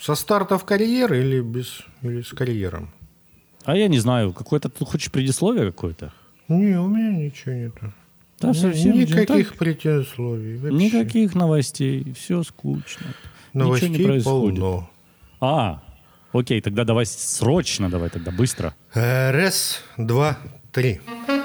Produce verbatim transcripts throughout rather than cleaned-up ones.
Со стартов карьеры или, без, или с карьером? А я не знаю, какое-то ты хочешь предисловие какое-то? Не, у меня ничего нету. Да, совсем никаких так, предисловий. Вообще. Никаких новостей, все скучно. Новостей Ничего не происходит. полно. А, окей, тогда давай срочно, давай тогда быстро. Раз, два, три.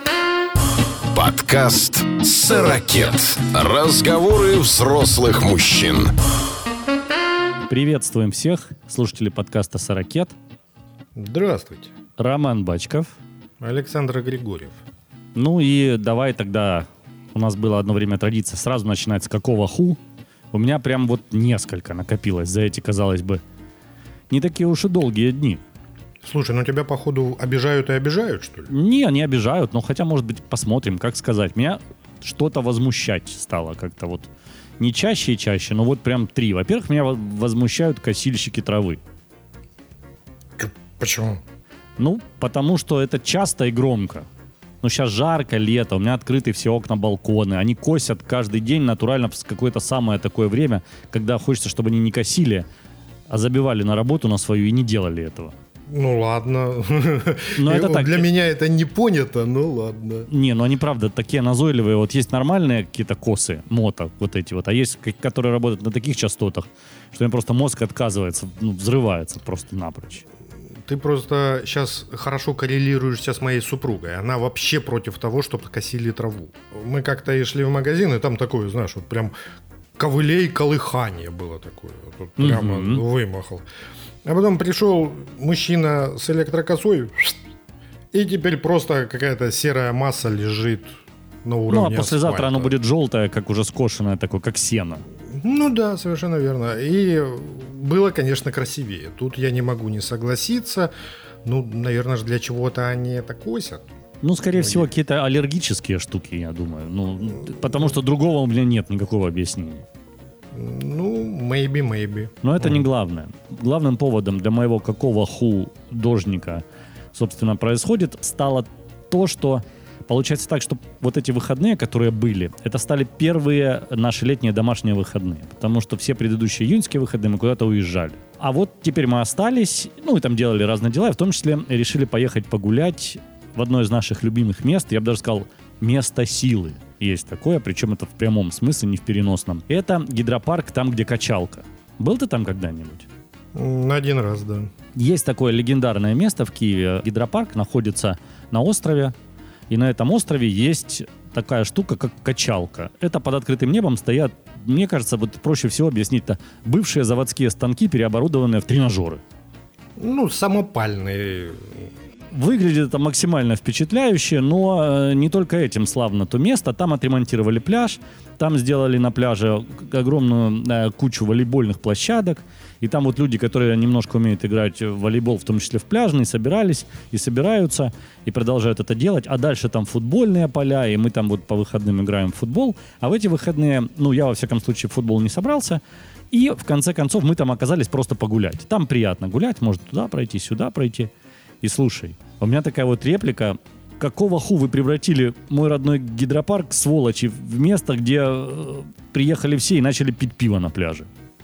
Подкаст «Сорокет». Разговоры взрослых мужчин. Приветствуем всех слушателей подкаста «Сорокет». Здравствуйте. Роман Бачков. Александр Григорьев. Ну и давай тогда, у нас было одно время традиция, сразу начинать с какого ху. У меня прям вот несколько накопилось за эти, казалось бы, не такие уж и долгие дни. Слушай, ну тебя, походу, обижают и обижают, что ли? Не, не обижают, но хотя, может быть, посмотрим, как сказать. Меня что-то возмущать стало как-то вот не чаще и чаще, но вот прям три. Во-первых, меня возмущают косильщики травы. Почему? Ну, потому что это часто и громко. Ну, сейчас жарко, лето, у меня открыты все окна, балконы. Они косят каждый день натурально в какое-то самое такое время, когда хочется, чтобы они не косили, а забивали на работу на свою и не делали этого. Ну, ладно. Но это так. Для меня это не понято, ну ладно. Не, ну они, правда, такие назойливые. Вот есть нормальные какие-то косы, мото, вот эти вот, а есть, которые работают на таких частотах, что им просто мозг отказывается, ну, взрывается просто напрочь. Ты просто сейчас хорошо коррелируешься с моей супругой. Она вообще против того, чтобы косили траву. Мы как-то шли в магазин, и там такое, знаешь, вот прям ковылей, колыхание было такое. Вот прямо mm-hmm. вымахал. А потом пришел мужчина с электрокосой, и теперь просто какая-то серая масса лежит на уровне асфальта. Ну, а послезавтра асфальта. Оно будет желтое, как уже скошенное, такое, как сено. Ну да, совершенно верно. И было, конечно, красивее. Тут я не могу не согласиться. Ну, наверное же, для чего-то они это косят. Ну, скорее всего, какие-то аллергические штуки, я думаю. Ну, потому что другого у меня нет никакого объяснения. Ну, maybe, maybe. Но это mm. не главное. Главным поводом для моего какого ху дождика, собственно, происходит, стало то, что получается так, что вот эти выходные, которые были, это стали первые наши летние домашние выходные. Потому что все предыдущие июньские выходные мы куда-то уезжали. А вот теперь мы остались, ну и там делали разные дела, и в том числе решили поехать погулять в одно из наших любимых мест. Я бы даже сказал, место силы. Есть такое, причем это в прямом смысле, не в переносном. Это гидропарк, там, где качалка. Был ты там когда-нибудь? Один раз, да. Есть такое легендарное место в Киеве. Гидропарк находится на острове. И на этом острове есть такая штука, как качалка. Это под открытым небом стоят, мне кажется, вот проще всего объяснить-то, бывшие заводские станки, переоборудованные в тренажеры. Ну, самопальные. Выглядит это максимально впечатляюще, но не только этим славно то место. Там отремонтировали пляж, там сделали на пляже огромную э, кучу волейбольных площадок. И там вот люди, которые немножко умеют играть в волейбол, в том числе в пляжный, собирались и собираются, и продолжают это делать. А дальше там футбольные поля, и мы там вот по выходным играем в футбол. А в эти выходные, ну, я во всяком случае в футбол не собрался. И в конце концов мы там оказались просто погулять. Там приятно гулять, можно туда пройти, сюда пройти. И слушай, у меня такая вот реплика. Какого ху вы превратили мой родной гидропарк, сволочи, в место, где э, приехали все и начали пить пиво на пляже?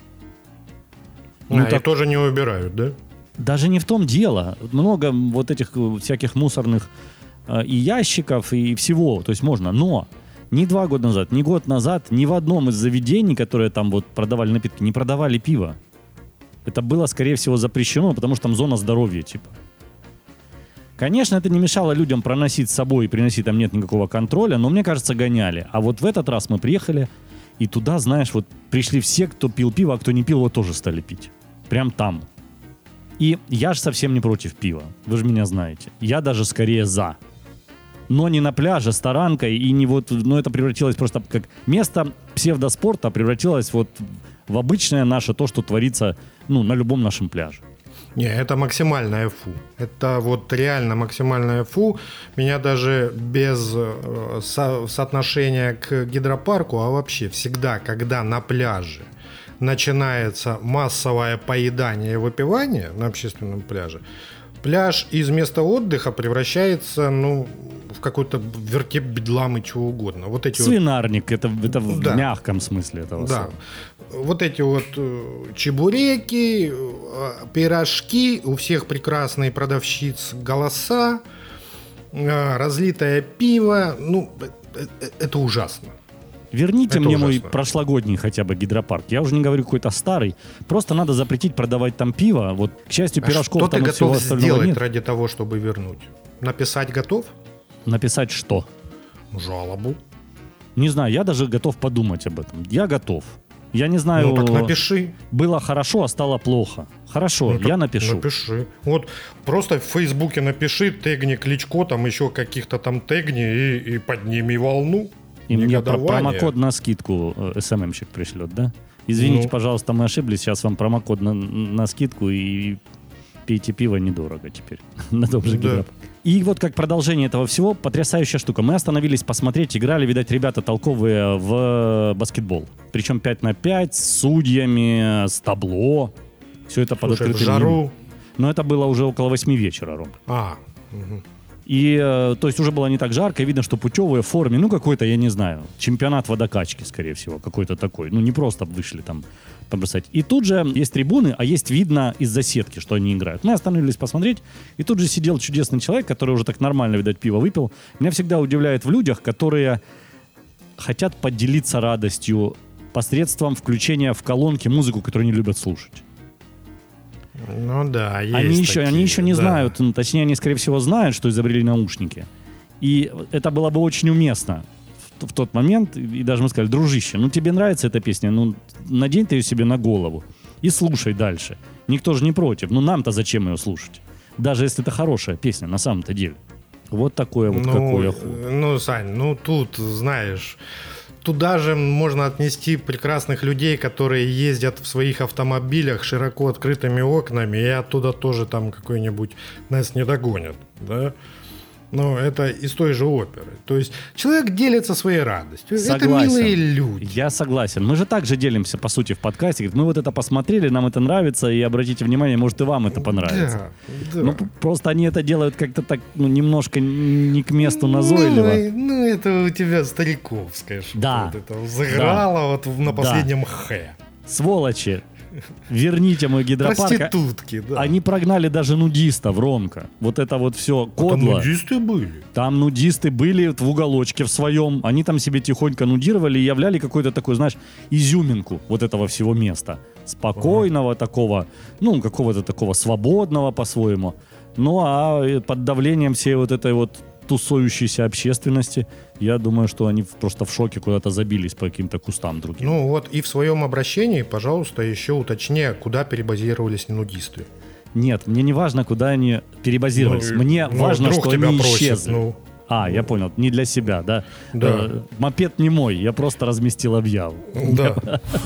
А, ну, так... и тоже не убирают, да? Даже не в том дело. Много вот этих всяких мусорных э, и ящиков, и всего. То есть можно. Но ни два года назад, ни год назад ни в одном из заведений, которые там вот продавали напитки, не продавали пиво. Это было, скорее всего, запрещено, потому что там зона здоровья, типа. Конечно, это не мешало людям проносить с собой и приносить, там нет никакого контроля, но, мне кажется, гоняли. А вот в этот раз мы приехали, и туда, знаешь, вот пришли все, кто пил пиво, а кто не пил, его тоже стали пить. Прям там. И я же совсем не против пива, вы же меня знаете. Я даже скорее за. Но не на пляже с таранкой, и не вот, ну это превратилось просто как место псевдоспорта, превратилось вот в обычное наше то, что творится, ну, на любом нашем пляже. Не, это максимальное фу. Это вот реально максимальное фу. Меня даже без э, со- соотношения к гидропарку, а вообще всегда, когда на пляже начинается массовое поедание и выпивание на общественном пляже, пляж из места отдыха превращается, ну, в какой-то вертеп, бедлам и чего угодно. Вот эти свинарник, вот... это, это в да. мягком смысле этого да. слова. Вот эти вот чебуреки, пирожки, у всех прекрасные продавщиц голоса, разлитое пиво. Ну, это ужасно. Верните это мне ужасно. мой прошлогодний хотя бы гидропарк. Я уже не говорю какой-то старый. Просто надо запретить продавать там пиво. Вот, к счастью, А пирожков что там ты и всего готов остального сделать нет. ради того, чтобы вернуть? Написать готов? Написать что? Жалобу. Не знаю, я даже готов подумать об этом. Я готов. Я не знаю, Ну так напиши. было хорошо, а стало плохо. Хорошо, Ну, так я напишу. Напиши. Вот просто в Фейсбуке напиши, тегни Кличко, там еще каких-то там тегни и, и подними волну. И мне про- негодования. промокод на скидку э, эс эм эм-щик пришлет, да? Извините, Ну. пожалуйста, мы ошиблись. Сейчас вам промокод на, на скидку и пейте пиво недорого теперь. На том же Да. гидропарке. И вот как продолжение этого всего, потрясающая штука. Мы остановились посмотреть, играли, видать, ребята толковые в баскетбол. Причем пять на пять, с судьями, с табло. Все это под Слушай, в открытым жару. небом. Но это было уже около восьми вечера, Ром. А, угу. И, э, то есть, уже было не так жарко, и видно, что путевые в форме, ну, какой-то, я не знаю, чемпионат водокачки, скорее всего, какой-то такой. Ну, не просто вышли там побросать. И тут же есть трибуны, а есть видно из-за сетки, что они играют. Мы остановились посмотреть, и тут же сидел чудесный человек, который уже так нормально, видать, пиво выпил. Меня всегда удивляет в людях, которые хотят поделиться радостью посредством включения в колонки музыку, которую они любят слушать. Ну да, есть Они еще, такие, они еще не да. знают, ну, точнее, они, скорее всего, знают, что изобрели наушники. И это было бы очень уместно в, в тот момент. И даже мы сказали: дружище, ну тебе нравится эта песня, ну надень ты ее себе на голову и слушай дальше. Никто же не против. Ну нам-то зачем ее слушать? Даже если это хорошая песня на самом-то деле. Вот такое вот Ну, какое ху. ну, Сань, ну тут, знаешь, туда же можно отнести прекрасных людей, которые ездят в своих автомобилях широко открытыми окнами, и оттуда тоже там какой-нибудь нас не догонят, да? Но это из той же оперы. То есть человек делится своей радостью. Согласен. Это милые люди. Я согласен. Мы же также делимся, по сути, в подкасте. Говорит, мы вот это посмотрели, нам это нравится, и обратите внимание, может, и вам это понравится. Да, да. Ну, п- просто они это делают как-то так, ну, немножко не к месту назойливо. Ну, ну, это у тебя стариковское что-то. Да. Вот это взыграло вот в- на Да. последнем «х». Сволочи, верните мой гидропарк. Проститутки, да. Они прогнали даже нудистов, Ромка. Вот это вот все Там кодло. нудисты были. Там нудисты были в уголочке в своем. Они там себе тихонько нудировали и являли какую-то такую, знаешь, изюминку вот этого всего места. Спокойного ага. такого, ну, какого-то такого свободного по-своему. Ну, а под давлением всей вот этой вот тусующейся общественности, я думаю, что они просто в шоке куда-то забились по каким-то кустам другим. Ну вот и в своем обращении, пожалуйста, еще уточни, куда перебазировались нудисты. Нет, мне не важно, куда они перебазировались. Ну, мне ну, важно, друг что тебя они просит, исчезли. ну. А, я понял, не для себя, да? Да. Э, мопед не мой, я просто разместил объяву. Да.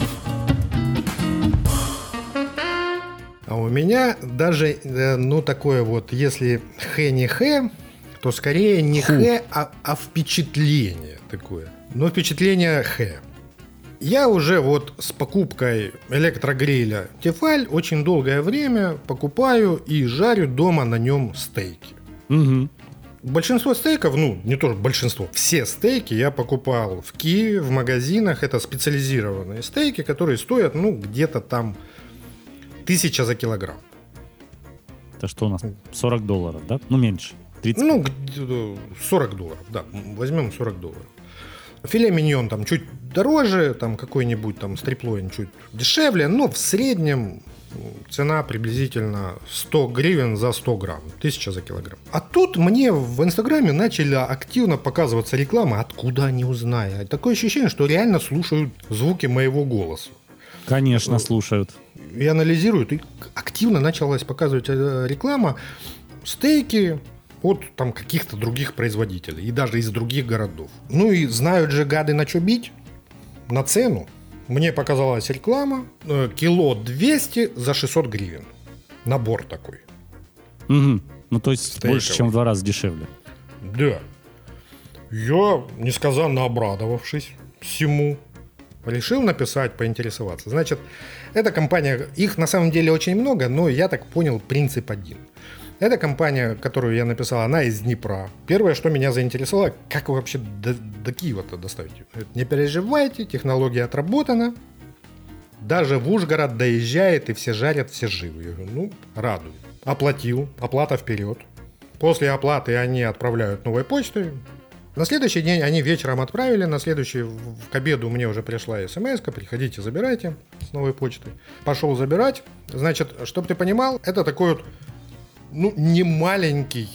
А у меня даже, э, ну, такое вот, если «х» не «х», то скорее не Ху. «х», а, а впечатление такое. Но впечатление «х». Я уже вот с покупкой электрогриля Тефаль очень долгое время покупаю и жарю дома на нем стейки. Угу. Большинство стейков, ну, не то большинство, все стейки я покупал в Киеве, в магазинах. Это специализированные стейки, которые стоят, ну, где-то там тысяча за килограмм. Это что у нас? сорок долларов, да? Ну, меньше. тридцать. Ну, где-то сорок долларов, да, возьмем сорок долларов. Филе миньон там чуть дороже, там какой-нибудь там стриплоин чуть дешевле, но в среднем цена приблизительно сто гривен за сто грамм, тысяча за килограмм. А тут мне в Инстаграме начала активно показываться реклама, откуда не узнаю. Такое ощущение, что реально слушают звуки моего голоса. Конечно, слушают. И анализируют, и активно началась показывать реклама стейки от там каких-то других производителей и даже из других городов. Ну и знают же гады, на что бить? На цену. Мне показалась реклама, э, кило двести за шестьсот гривен. Набор такой. Угу. Ну, то есть Стейковый. больше, чем в два раза дешевле. Да. Я, несказанно обрадовавшись всему, решил написать, поинтересоваться. Значит, эта компания, их на самом деле очень много, но я так понял, принцип один. Эта компания, которую я написал, она из Днепра. Первое, что меня заинтересовало, как вы вообще до, до Киева-то доставите? Не переживайте, технология отработана. Даже в Ужгород доезжает, и все жарят, все живы. Я говорю, ну, радует. Оплатил, оплата вперед. После оплаты они отправляют новой почтой. На следующий день они вечером отправили, на следующий к обеду мне уже пришла смс-ка, приходите, забирайте с новой почты. Пошел забирать. Значит, чтобы ты понимал, это такой вот, ну, не маленький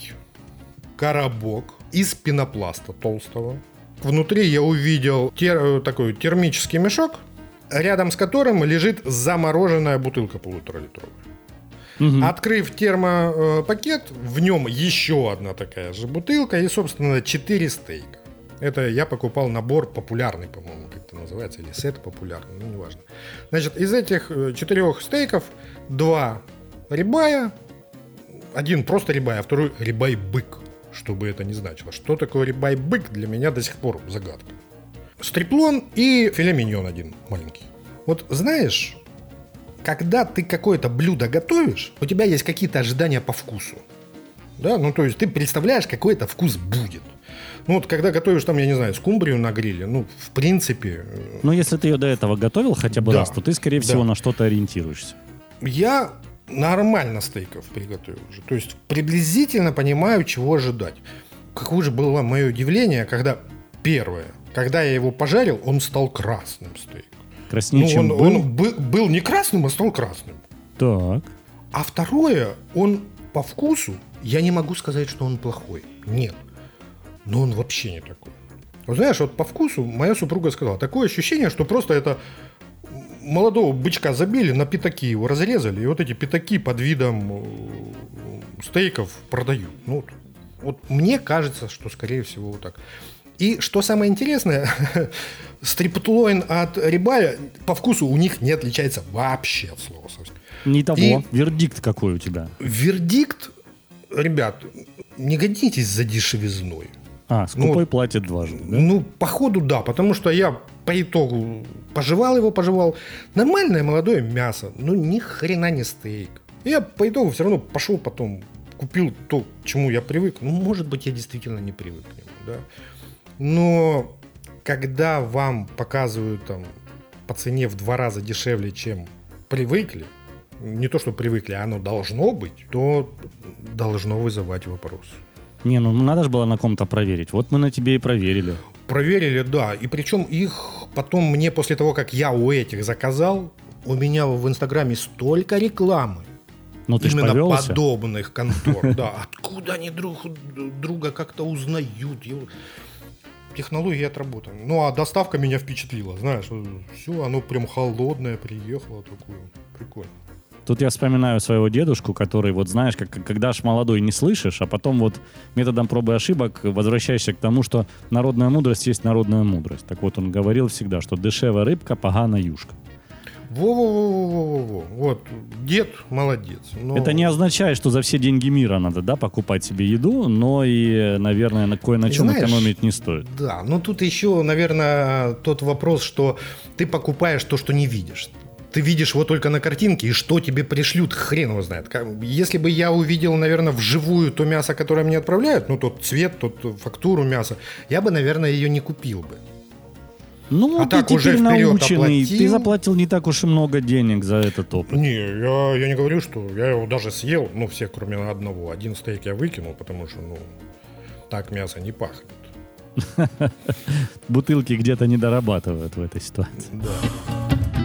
коробок из пенопласта толстого. Внутри я увидел тер, такой термический мешок, рядом с которым лежит замороженная бутылка полуторалитровая. Угу. Открыв термопакет, в нем еще одна такая же бутылка и, собственно, четыре стейка. Это я покупал набор популярный, по-моему, как это называется, или сет популярный, ну, неважно. Значит, из этих четырех стейков два рибая, один просто рибай, а второй рибай-бык, что бы это ни значило. Что такое рибай-бык, для меня до сих пор загадка. Стриплон и филе миньон один маленький. Вот знаешь... Когда ты какое-то блюдо готовишь, у тебя есть какие-то ожидания по вкусу. Да, ну то есть ты представляешь, какой это вкус будет. Ну вот когда готовишь там, я не знаю, скумбрию на гриле, ну в принципе... Ну если ты ее до этого готовил хотя бы да. раз, то ты скорее всего да. на что-то ориентируешься. Я нормально стейков приготовил уже. То есть приблизительно понимаю, чего ожидать. Какое же было мое удивление, когда первое, когда я его пожарил, он стал красным стейком. Краснее, ну, чем он, был? Он был, был не красным, а стал красным. Так. А второе, он по вкусу, я не могу сказать, что он плохой. Нет. Но он вообще не такой. Вот знаешь, вот по вкусу моя супруга сказала, такое ощущение, что просто это молодого бычка забили, на пятаки его разрезали, и вот эти пятаки под видом стейков продают. Ну, вот, вот мне кажется, что скорее всего вот так. И что самое интересное, стриплоин от рибая по вкусу у них не отличается вообще от слова совсем. Не того. И вердикт какой у тебя? Вердикт, ребят, не годитесь за дешевизной. А, скупой ну, платит дважды, да? Ну, походу, да, потому что я по итогу пожевал его, пожевал. Нормальное молодое мясо, ну ни хрена не стейк. Я по итогу все равно пошел потом, купил то, к чему я привык. Ну, может быть, я действительно не привык к нему, да. Но когда вам показывают там по цене в два раза дешевле, чем привыкли, не то, что привыкли, а оно должно быть, то должно вызывать вопрос. Не, ну надо же было на ком-то проверить. Вот мы на тебе и проверили. Проверили, да. И причем их потом мне после того, как я у этих заказал, у меня в Инстаграме столько рекламы. Ну, ты именно повелся? Подобных контор. Да. Откуда они друг друга как-то узнают? Технологии отработаны. Ну, а доставка меня впечатлила. Знаешь, все, оно прям холодное приехало. Такое. Прикольно. Тут я вспоминаю своего дедушку, который, вот знаешь, как, когда ж молодой не слышишь, а потом вот методом проб и ошибок возвращаешься к тому, что народная мудрость есть народная мудрость. Так вот, он говорил всегда, что дешева рыбка, погана юшка. Во-во-во-во-во-во. Вот, дед молодец. Но... Это не означает, что за все деньги мира надо, да, покупать себе еду, но и, наверное, на кое на чем знаешь, экономить не стоит. Да, но тут еще, наверное, тот вопрос, что ты покупаешь то, что не видишь. Ты видишь его только на картинке, и что тебе пришлют, хрен его знает. Если бы я увидел, наверное, вживую то мясо, которое мне отправляют, ну, тот цвет, тот фактуру мяса, я бы, наверное, ее не купил бы. Ну, а ты так теперь уже наученный, оплатил. Ты заплатил не так уж и много денег за этот опыт. Не, я, я не говорю, что я его даже съел, ну, все, кроме одного. Один стейк я выкинул, потому что, ну, так мясо не пахнет. Бутылки где-то не дорабатывают в этой ситуации. Да.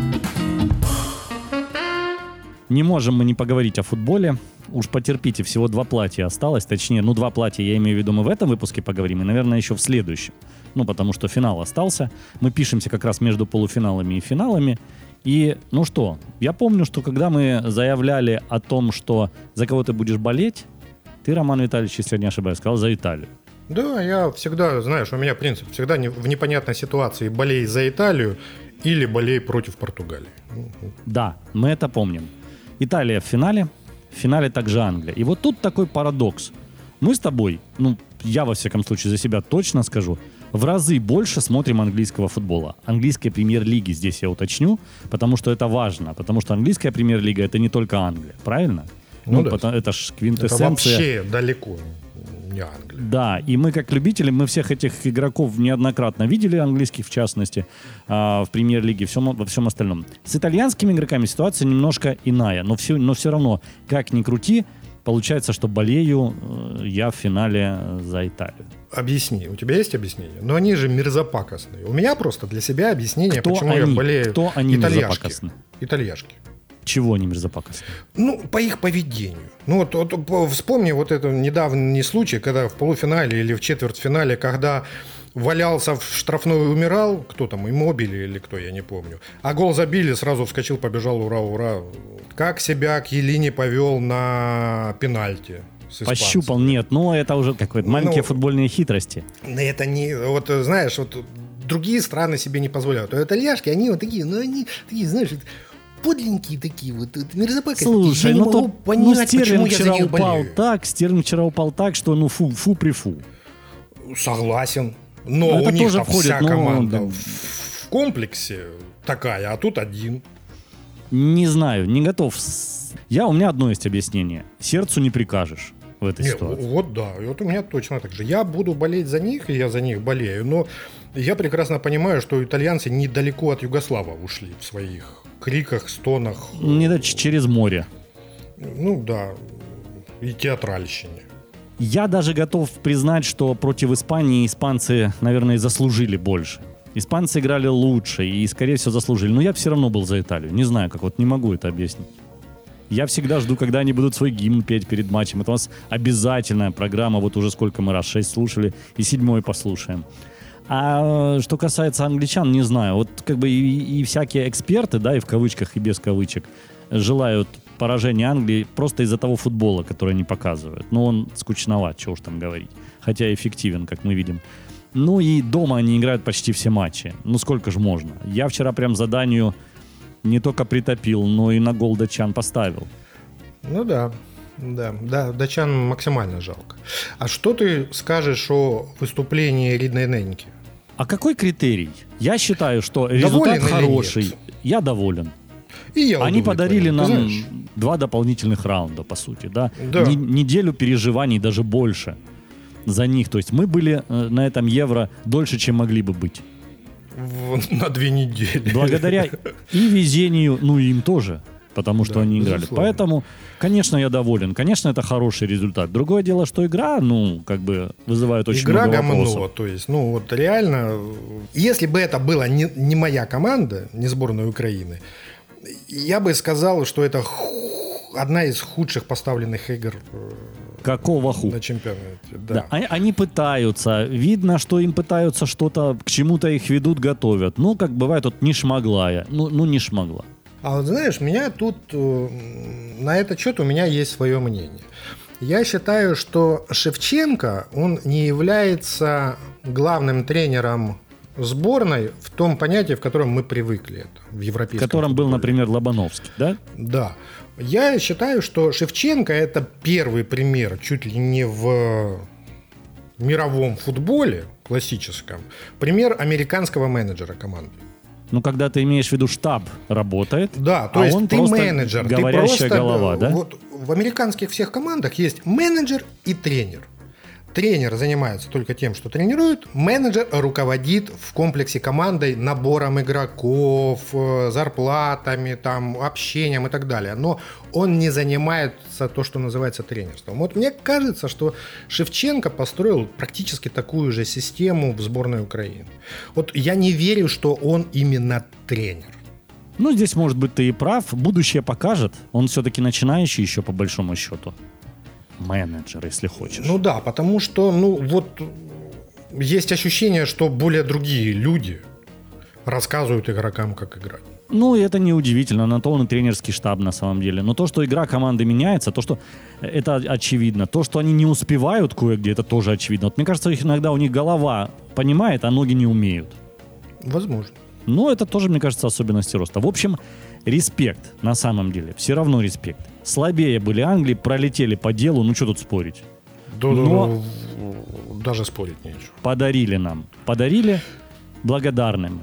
Не можем мы не поговорить о футболе. Уж потерпите, всего два платья осталось. Точнее, ну два платья, я имею в виду, мы в этом выпуске поговорим, и, наверное, еще в следующем. Ну, потому что финал остался. Мы пишемся как раз между полуфиналами и финалами. И, ну что, я помню, что когда мы заявляли о том, что за кого ты будешь болеть, ты, Роман Витальевич, если я не ошибаюсь, сказал за Италию. Да, я всегда, знаешь, у меня принцип, всегда в непонятной ситуации болей за Италию или болей против Португалии. Да, мы это помним. Италия в финале, в финале также Англия. И вот тут такой парадокс. Мы с тобой, ну, я во всяком случае за себя точно скажу, в разы больше смотрим английского футбола. Английской премьер-лиги здесь я уточню, потому что это важно. Потому что английская премьер-лига — это не только Англия, правильно? Ну, ну да. Это ж квинтэссенция. Это вообще далеко не Англия. Да, и мы как любители, мы всех этих игроков неоднократно видели, английских в частности, в премьер-лиге, всем, во всем остальном. С итальянскими игроками ситуация немножко иная, но все, но все равно, как ни крути, получается, что болею я в финале за Италию. Объясни, у тебя есть объяснение? Но они же мерзопакостные. У меня просто для себя объяснение, Кто почему они? я болею. Кто они итальяшки. мерзопакостные? Итальяшки. Чего они мерзопакостные? Ну, по их поведению. Ну, вот, вот вспомни вот этот недавний случай, когда в полуфинале или в четвертьфинале, когда валялся в штрафной и умирал, кто там, Иммобили или кто, я не помню. А гол забили, сразу вскочил, побежал, ура, ура. Как себя Кьелини повел на пенальти? Пощупал, нет, но это уже какие-то маленькие ну, футбольные хитрости. Это не, вот знаешь, вот другие страны себе не позволяют. А итальяшки, они вот такие, ну они такие, знаешь, подленькие такие вот, мерзопакостные. Слушай, я ну не то, могу понять, ну, Стерлинг почему я вчера за них упал болею. так, Стерлинг вчера упал так, что ну фу, фу при фу. Согласен, но, но у них там входит, вся команда ну, в комплексе такая, а тут один. Не знаю, не готов. Я, у меня одно есть объяснение. Сердцу не прикажешь в этой Нет, ситуации. Вот да, и вот у меня точно так же. Я буду болеть за них, и я за них болею, но я прекрасно понимаю, что итальянцы недалеко от Югослава ушли в своих криках, стонах. Не да, через море. Ну да, и театральщине. Я даже готов признать, что против Испании испанцы, наверное, заслужили больше. Испанцы играли лучше и, скорее всего, заслужили. Но я все равно был за Италию. Не знаю, как вот не могу это объяснить. Я всегда жду, когда они будут свой гимн петь перед матчем. Это у нас обязательная программа. Вот уже сколько мы раз, шесть слушали, и седьмой послушаем. А что касается англичан, не знаю. Вот как бы и, и всякие эксперты, да, и в кавычках, и без кавычек, желают поражения Англии просто из-за того футбола, который они показывают. Но он скучноват, чего уж там говорить. Хотя эффективен, как мы видим. Ну и дома они играют почти все матчи. Ну сколько же можно? Я вчера прям заданию не только притопил, но и на гол датчан поставил. Ну да, да, да, датчан максимально жалко. А что ты скажешь о выступлении Ридной Неньки? А какой критерий? Я считаю, что результат хороший. Я доволен. И я Они подарили нам знаешь? два дополнительных раунда, по сути, да? Да. Н- неделю переживаний, даже больше за них. То есть мы были э, на этом Евро дольше, чем могли бы быть. В, на две недели. Благодаря и везению, ну и им тоже, потому что Да, они играли. безусловно. Поэтому, конечно, я доволен. Конечно, это хороший результат. Другое дело, что игра, ну, как бы вызывает очень Игра много говно, вопросов. то есть, ну вот реально, если бы это была не, не моя команда, не сборная Украины, я бы сказал, что это ху- одна из худших поставленных игр э, Какого ху? на чемпионате. Да. Да, они, они пытаются. Видно, что им пытаются что-то, к чему-то их ведут, готовят. Ну, как бывает, вот не шмогла я. Ну, ну не шмогла. А вот знаешь, меня тут э, на этот счет у меня есть свое мнение. Я считаю, что Шевченко, он не является главным тренером сборной в том понятии, в котором мы привыкли это, в В европейском котором был, футболе. например, Лобановский, да? Да. Я считаю, что Шевченко – это первый пример чуть ли не в мировом футболе классическом, пример американского менеджера команды. Ну, когда ты имеешь в виду штаб работает, Да, то а есть он ты просто менеджер, ты говорящая просто, голова, да? Вот в американских всех командах есть менеджер и тренер. Тренер занимается только тем, что тренирует, менеджер руководит в комплексе командой набором игроков, э, зарплатами, там, общением и так далее. Но он не занимается то, что называется тренерством. Вот мне кажется, что Шевченко построил практически такую же систему в сборной Украины. Вот я не верю, что он именно тренер. Ну, здесь, может быть, ты и прав. Будущее покажет. Он все-таки начинающий еще, по большому счету. Менеджер, если хочешь. Ну да, потому что, ну вот, есть ощущение, что более другие люди рассказывают игрокам, как играть. Ну, и это неудивительно, на то он и тренерский штаб на самом деле. Но то, что игра команды меняется, то, что это очевидно. То, что они не успевают кое-где, это тоже очевидно. Вот мне кажется, их иногда у них голова понимает, а ноги не умеют. Возможно. Но это тоже, мне кажется, особенности роста. В общем, респект на самом деле. Все равно респект. Слабее были Англии, пролетели по делу, ну что тут спорить. Да, Но даже спорить нечего. подарили нам. Подарили благодарным.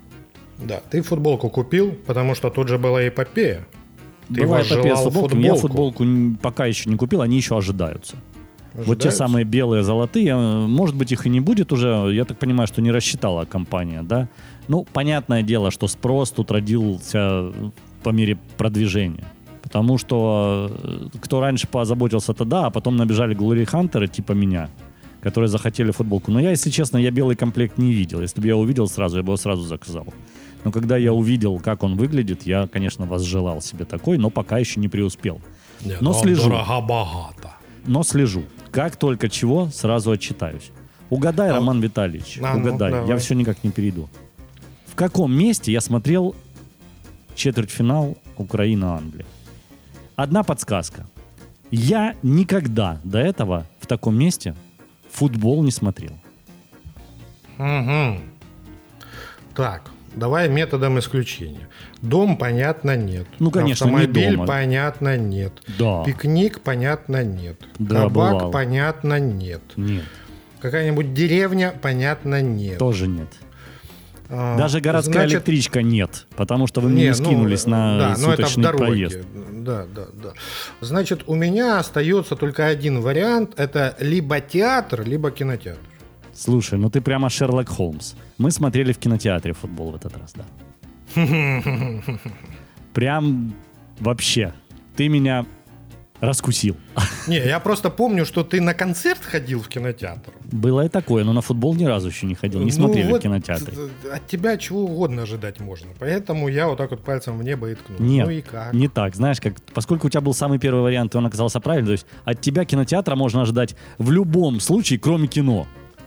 Да, ты футболку купил, потому что тут же была эпопея. Ты Была эпопея с возжелал футболками. Я футболку н- пока еще не купил, они еще ожидаются. Вот те самые белые, золотые, может быть, их и не будет уже. Я так понимаю, что не рассчитала компания, да? Ну, понятное дело, что спрос тут родился по мере продвижения. Потому что кто раньше позаботился, то да, а потом набежали глори-хантеры типа меня, которые захотели футболку. Но я, если честно, я белый комплект не видел. Если бы я увидел сразу, я бы его сразу заказал. Но когда я увидел, как он выглядит, я, конечно, возжелал себе такой, но пока еще не преуспел. Нет, но слежу. Дорого-богато. Но слежу. Как только чего, сразу отчитаюсь. Угадай, а, Роман Витальевич, а, угадай. Ну, я все никак не перейду. В каком месте я смотрел четвертьфинал Украина-Англия? Одна подсказка. Я никогда до этого в таком месте футбол не смотрел. Угу. Так, давай методом исключения. Дом, понятно, нет. Ну, конечно, Автомобиль, не дома. понятно, нет. Да. Пикник, понятно, нет. Да, Кабак, бывало. понятно, нет. Нет. Какая-нибудь деревня, понятно, нет. Тоже нет. А, Даже городская значит, электричка нет, потому что вы мне не, не скинулись ну, на да, но это в суточный дороге. проезд. Да, да, да. Значит, у меня остается только один вариант. Это либо театр, либо кинотеатр. Слушай, ну ты прямо Шерлок Холмс. Мы смотрели в кинотеатре футбол в этот раз, да. Прям вообще. Ты меня раскусил. Не, я просто помню, что ты на концерт ходил в кинотеатр. Было и такое, но на футбол ни разу еще не ходил. Не смотрели ну, вот в кинотеатре. От тебя чего угодно ожидать можно. Поэтому я вот так вот пальцем в небо и ткнул. Нет, ну и как? не так. Знаешь, как, поскольку у тебя был самый первый вариант, и он оказался правильным, то есть от тебя кинотеатра можно ожидать в любом случае, кроме кино.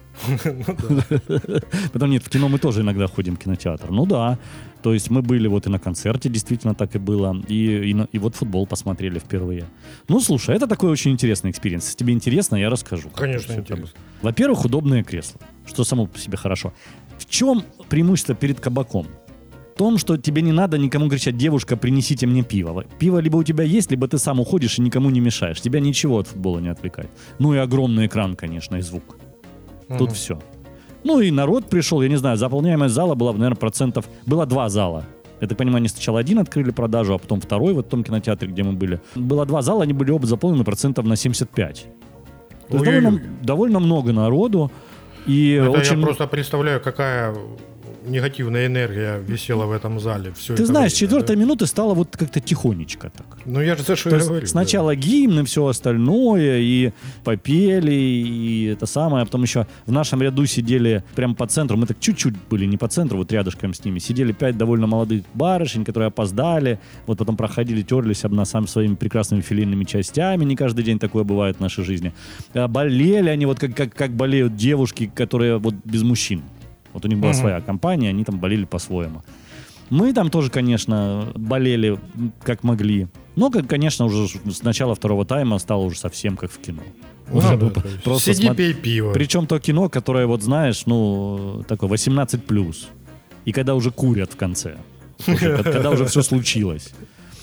Потом нет, в кино мы тоже иногда ходим в кинотеатр. Ну да, то есть мы были вот и на концерте, действительно так и было, и, и, и вот футбол посмотрели впервые. Ну слушай, это такой очень интересный экспириенс. Если тебе интересно, я расскажу. Конечно, интересно. Во-первых, удобное кресло, что само по себе хорошо. В чем преимущество перед кабаком? В том, что тебе не надо никому кричать: девушка, принесите мне пиво. Пиво либо у тебя есть, либо ты сам уходишь и никому не мешаешь. Тебя ничего от футбола не отвлекает. Ну и огромный экран, конечно, и звук. Тут угу. все. Ну и народ пришел, я не знаю, заполняемость зала была, наверное, процентов... Было два зала. Я так понимаю, они сначала один открыли продажу, а потом второй в том кинотеатре, где мы были. Было два зала, они были оба заполнены процентов на семьдесят пять. То есть довольно, довольно много народу. И Это очень... я просто представляю, какая негативная энергия висела в этом зале. Все Ты знаешь, время, четвертая да? минута стала вот как-то тихонечко так. Ну я же за что То я есть говорю. сначала да. гимн и все остальное, и попели, и это самое. А потом еще в нашем ряду сидели прямо по центру. Мы так чуть-чуть были не по центру, вот рядышком с ними. Сидели пять довольно молодых барышень, которые опоздали. Вот потом проходили, терлись об нас сами своими прекрасными филейными частями. Не каждый день такое бывает в нашей жизни. А болели они вот как, как, как болеют девушки, которые вот без мужчин. Вот у них была uh-huh. своя компания, они там болели по-своему. Мы там тоже, конечно, болели как могли. Но, конечно, уже с начала второго тайма стало уже совсем как в кино. Ну, да, просто сиди, смо... пей пиво. Причем то кино, которое, вот знаешь, ну, такое восемнадцать плюс. И когда уже курят в конце. Когда уже все случилось.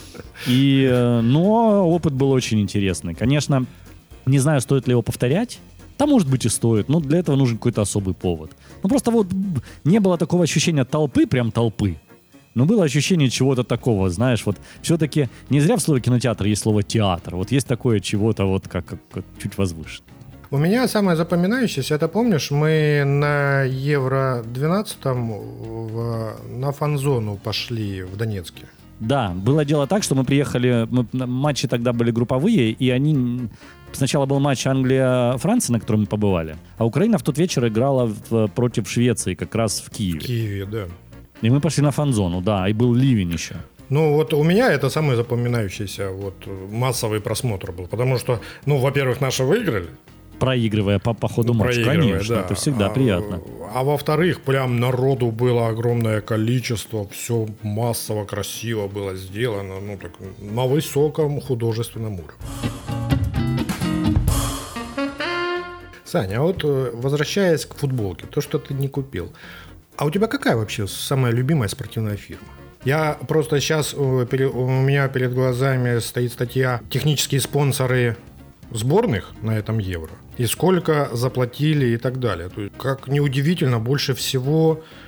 И, но опыт был очень интересный. Конечно, не знаю, стоит ли его повторять. Да, может быть, и стоит, но для этого нужен какой-то особый повод. Ну, просто вот не было такого ощущения толпы, прям толпы. Но было ощущение чего-то такого, знаешь, вот все-таки не зря в слове кинотеатр есть слово театр. Вот есть такое чего-то вот как, как, как чуть возвышенно. У меня самое запоминающееся, это помнишь, мы на Евро двенадцатом в, на фан-зону пошли в Донецке. Да, было дело так, что мы приехали, мы, матчи тогда были групповые, и они... Сначала был матч Англия-Франция, на котором мы побывали, а Украина в тот вечер играла в, против Швеции, как раз в Киеве. В Киеве, да. И мы пошли на фан-зону, да, и был ливень еще. Ну, вот у меня это самый запоминающийся вот массовый просмотр был, потому что, ну, во-первых, наши выиграли. Проигрывая по, по ходу матча, конечно, да. Это всегда а, приятно. А во-вторых, прям народу было огромное количество, все массово, красиво было сделано, ну, так, на высоком художественном уровне. Саня, а вот возвращаясь к футболке, то, что ты не купил, а у тебя какая вообще самая любимая спортивная фирма? Я просто сейчас, у меня перед глазами стоит статья «Технические спонсоры сборных на этом Евро» и сколько заплатили и так далее. То есть, как неудивительно, больше всего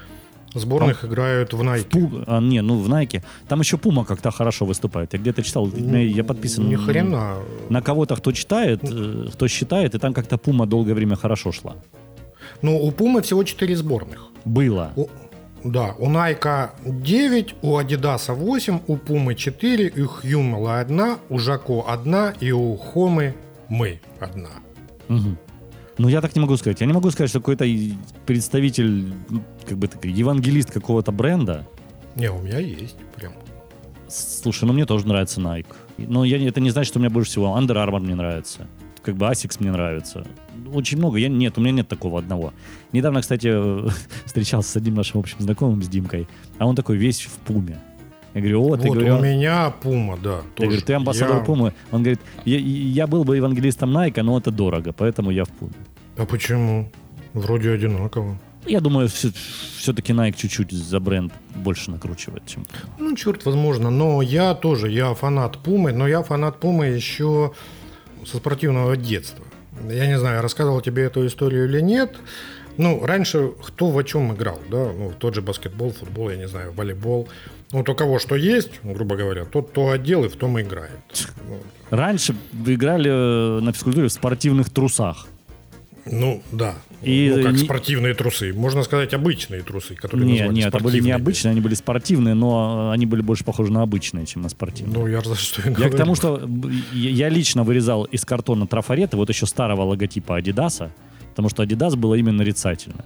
Сборных там играют в Nike. Пу... А, не, ну в Nike. Там еще Puma как-то хорошо выступает. Я где-то читал, я подписан Ни хрена. на кого-то, кто читает, кто считает, и там как-то Puma долгое время хорошо шла. Ну, у Puma всего четыре сборных. Было. У... Да, у Nike девять, у Adidas восемь, у Puma четыре, у Hummel одна, у Жако одна и у Хомы мы одна. Угу. Ну, я так не могу сказать. Я не могу сказать, что какой-то представитель, как бы такой, евангелист какого-то бренда. Не, у меня есть прям. Слушай, ну мне тоже нравится Nike. Но я, это не значит, что у меня больше всего Under Armour мне нравится. Как бы Asics мне нравится. Очень много. Я, нет, у меня нет такого одного. Недавно, кстати, встречался с одним нашим общим знакомым, с Димкой, а он такой весь в Пуме. Я говорю, о, вот ты, говорю... у меня Пума, да. Я говорю, ты амбассадор я... Пумы. Он говорит, я, я был бы евангелистом Nike, но это дорого, поэтому я в Пуме. А почему? Вроде одинаково. Я думаю, все, все-таки Nike чуть-чуть за бренд больше накручивает, чем... Ну, черт, возможно. Но я тоже, я фанат Пумы, но я фанат Пумы еще со спортивного детства. Я не знаю, рассказывал тебе эту историю или нет. Ну, раньше кто в чем играл, да? Ну, тот же баскетбол, футбол, я не знаю, волейбол. Вот у кого что есть, грубо говоря, тот то отдел и в том и играет. Вот. Раньше вы играли на физкультуре в спортивных трусах. Ну, да. И ну, как не... спортивные трусы. Можно сказать, обычные трусы, которые не, назывались Нет, это были не спортивными. обычные, они были спортивные, но они были больше похожи на обычные, чем на спортивные. Ну, я за что и Я говорю. к тому, что я лично вырезал из картона трафареты, вот еще старого логотипа Адидаса, потому что Adidas было имя нарицательное.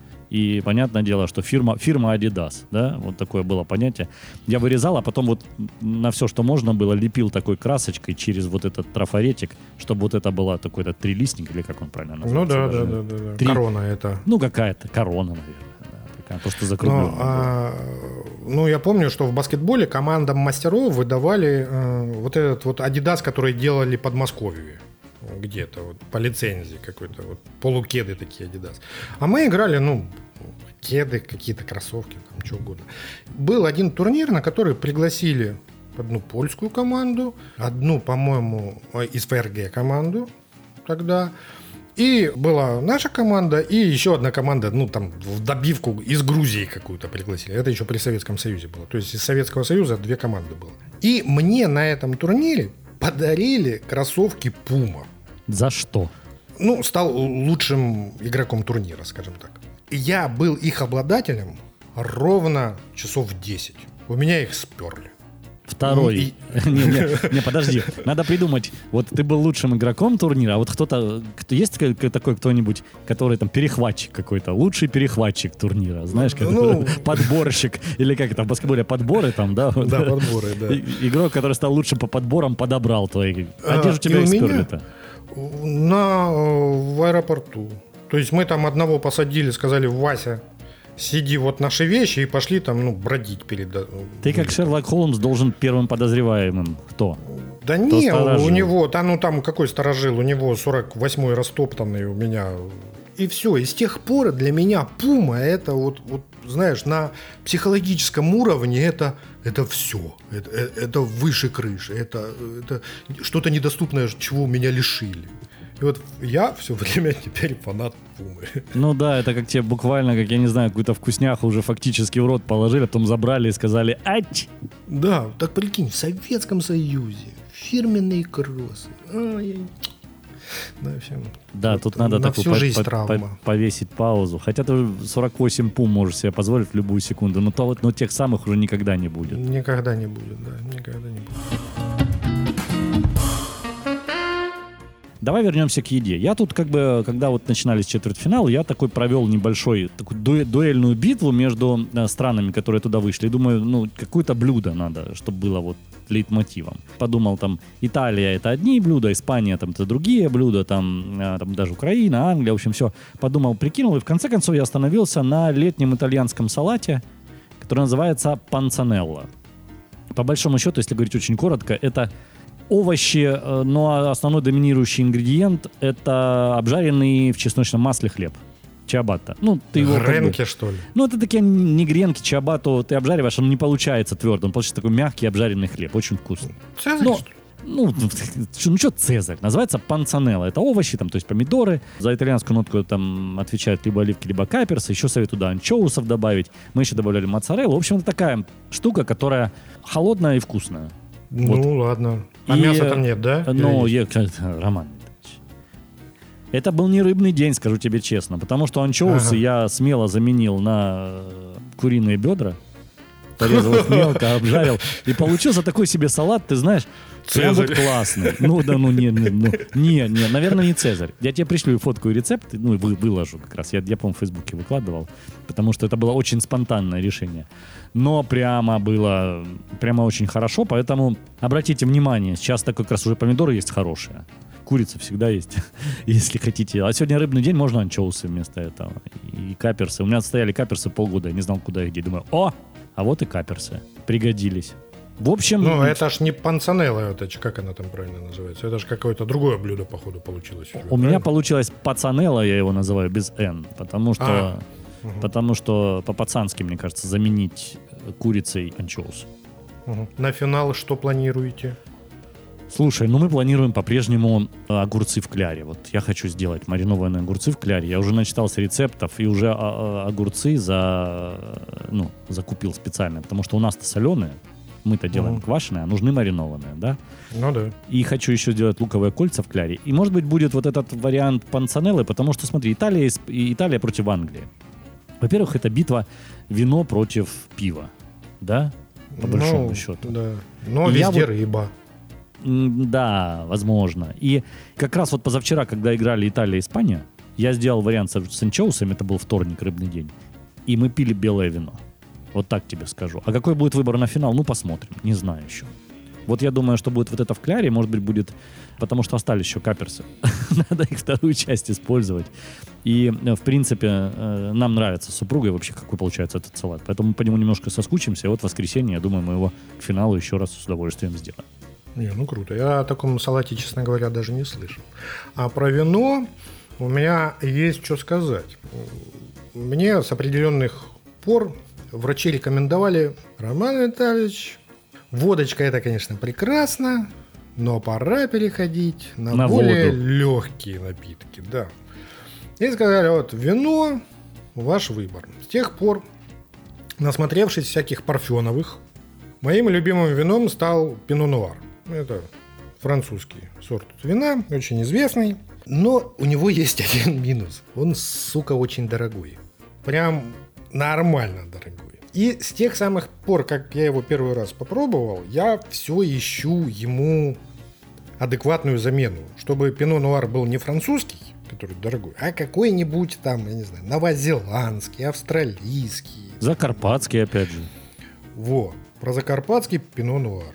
И понятное дело, что фирма, фирма Adidas, да, вот такое было понятие. Я вырезал, а потом вот на все, что можно было, лепил такой красочкой через вот этот трафаретик, чтобы вот это была такой-то трилистник, или как он правильно называется? Ну да, даже. да, да, да, да. Три... Корона это. Ну какая-то корона, наверное. Да, такая, просто закругленная. Ну, а, ну, я помню, что в баскетболе командам мастеров выдавали э, вот этот вот Adidas, который делали в Подмосковье. Где-то вот по лицензии какой-то, вот полукеды такие Adidas. А мы играли, ну, кеды, какие-то кроссовки, там, что угодно. Был один турнир, на который пригласили одну польскую команду, одну, по-моему, из ФРГ команду тогда, и была наша команда, и еще одна команда, ну, там, в добивку из Грузии какую-то пригласили. Это еще при Советском Союзе было. То есть из Советского Союза две команды было. И мне на этом турнире подарили кроссовки Puma. За что? Ну, стал лучшим игроком турнира, скажем так. Я был их обладателем ровно часов десять. У меня их сперли. Второй. И... не, не, не, подожди. Надо придумать. Вот ты был лучшим игроком турнира, а вот кто-то... Кто, есть такой кто-нибудь, который там перехватчик какой-то, лучший перехватчик турнира, знаешь, как ну... подборщик, или как это в баскетболе, подборы там, да? Да, подборы, да. И, игрок, который стал лучшим по подборам, подобрал твои. А, а где же у тебя их сперли-то? На, в аэропорту. То есть мы там одного посадили, сказали, Вася, сиди вот наши вещи, и пошли там, ну, бродить перед... Ты как Шерлок Холмс должен первым подозреваемым. Кто? Да Кто не, сторожил? у него, да ну там какой сторожил, у него сорок восьмой растоптанный у меня. И все, и с тех пор для меня Пума это вот, вот знаешь, на психологическом уровне это, это все, это, это выше крыши, это, это что-то недоступное, чего меня лишили. И вот я все время теперь фанат Пумы. Ну да, это как тебе буквально, как я не знаю, какую-то вкусняху уже фактически в рот положили, а потом забрали и сказали «Ать!». Да, так прикинь, в Советском Союзе фирменные кроссы. Ай-яй. Да, всем. Да, вот тут надо на такую всю жизнь по- травма. по- повесить паузу. Хотя ты сорок восемь пум можешь себе позволить в любую секунду, но, то, вот, но тех самых уже никогда не будет. Никогда не будет, да, никогда не будет. Давай вернемся к еде. Я тут как бы, когда вот начинались четвертьфиналы, я такой провел небольшой, такую ду- дуэльную битву между э, странами, которые туда вышли. И думаю, ну, какое-то блюдо надо, чтобы было вот лейтмотивом. Подумал, там, Италия — это одни блюда, Испания — там, это другие блюда, там, э, там даже Украина, Англия, в общем, все. Подумал, прикинул, и в конце концов я остановился на летнем итальянском салате, который называется панцанелло. По большому счету, если говорить очень коротко, это овощи, но основной доминирующий ингредиент — это обжаренный в чесночном масле хлеб. Чиабатта. Ну, ты его Гренки, как бы, что ли? ну, это такие не гренки, чиабатту ты обжариваешь, он не получается твердым. Он получается такой мягкий обжаренный хлеб. Очень вкусный. Цезарь, Но, что ли? Ну, ну что Цезарь? Называется панцанелла. Это овощи, там, то есть помидоры. За итальянскую нотку там отвечают либо оливки, либо каперсы. Еще советую туда анчоусов добавить. Мы еще добавляли моцареллу. В общем, это такая штука, которая холодная и вкусная. Ну, вот. ладно. А И, мяса там нет, да? Ну, я, Роман, это был не рыбный день, скажу тебе честно, потому что анчоусы ага. я смело заменил на куриные бедра, порезал их мелко, обжарил, и получился такой себе салат, ты знаешь, прям вот классный. Ну, да, ну, не, не, ну, не, не, наверное, не Цезарь. Я тебе пришлю фотку и рецепт, ну, вы, выложу как раз, я, я, по-моему, в Фейсбуке выкладывал, потому что это было очень спонтанное решение. Но прямо было, прямо очень хорошо, поэтому обратите внимание, сейчас так как раз уже помидоры есть хорошие. Курица всегда есть, если хотите. А сегодня рыбный день, можно анчоусы вместо этого. И каперсы. У меня стояли каперсы полгода, я не знал, куда их деть. Думаю, о, а вот и каперсы. Пригодились. В общем... Ну, это ж не панцанелла, это ж, как она там правильно называется? Это же какое-то другое блюдо, походу, получилось. У правильно? меня получилось пацанелла, я его называю, без «н», потому что, А, угу. потому что по-пацански, мне кажется, заменить курицей анчоус. Угу. На финал что планируете? Слушай, ну мы планируем по-прежнему огурцы в кляре. Вот я хочу сделать маринованные огурцы в кляре. Я уже начитался рецептов и уже огурцы за, ну, закупил специально, потому что у нас-то соленые, мы-то делаем угу. квашеные, а нужны маринованные, да? Ну да. И хочу еще сделать луковые кольца в кляре. И, может быть, будет вот этот вариант панцанеллы, потому что, смотри, Италия, Италия против Англии. Во-первых, это битва вино против пива, да? По большому ну, счету. Да. Но И везде вот... рыба. Да, возможно. И как раз вот позавчера, когда играли Италия и Испания, я сделал вариант с анчоусами, это был вторник, рыбный день, и мы пили белое вино. Вот так тебе скажу. А какой будет выбор на финал? Ну, посмотрим. Не знаю еще. Вот я думаю, что будет вот это в кляре, может быть, будет... Потому что остались еще каперсы. Надо их вторую часть использовать. И, в принципе, нам нравится с супругой вообще, какой получается этот салат. Поэтому мы по нему немножко соскучимся. И вот в воскресенье, я думаю, мы его к финалу еще раз с удовольствием сделаем. Не, ну круто. Я о таком салате, честно говоря, даже не слышал. А про вино у меня есть что сказать. Мне с определенных пор врачи рекомендовали: Роман Витальевич, водочка это, конечно, прекрасно, но пора переходить на, на более воду. легкие напитки. Да. И сказали: вот вино, ваш выбор. С тех пор, насмотревшись всяких парфеновых, моим любимым вином стал Пино Нуар. Это французский сорт вина, очень известный. Но у него есть один минус. Он, сука, очень дорогой. Прям нормально дорогой. И с тех самых пор, как я его первый раз попробовал, я все ищу ему адекватную замену. Чтобы Пино Нуар был не французский, который дорогой, а какой-нибудь там, я не знаю, новозеландский, австралийский. Закарпатский, опять же. Во, про закарпатский Пино Нуар.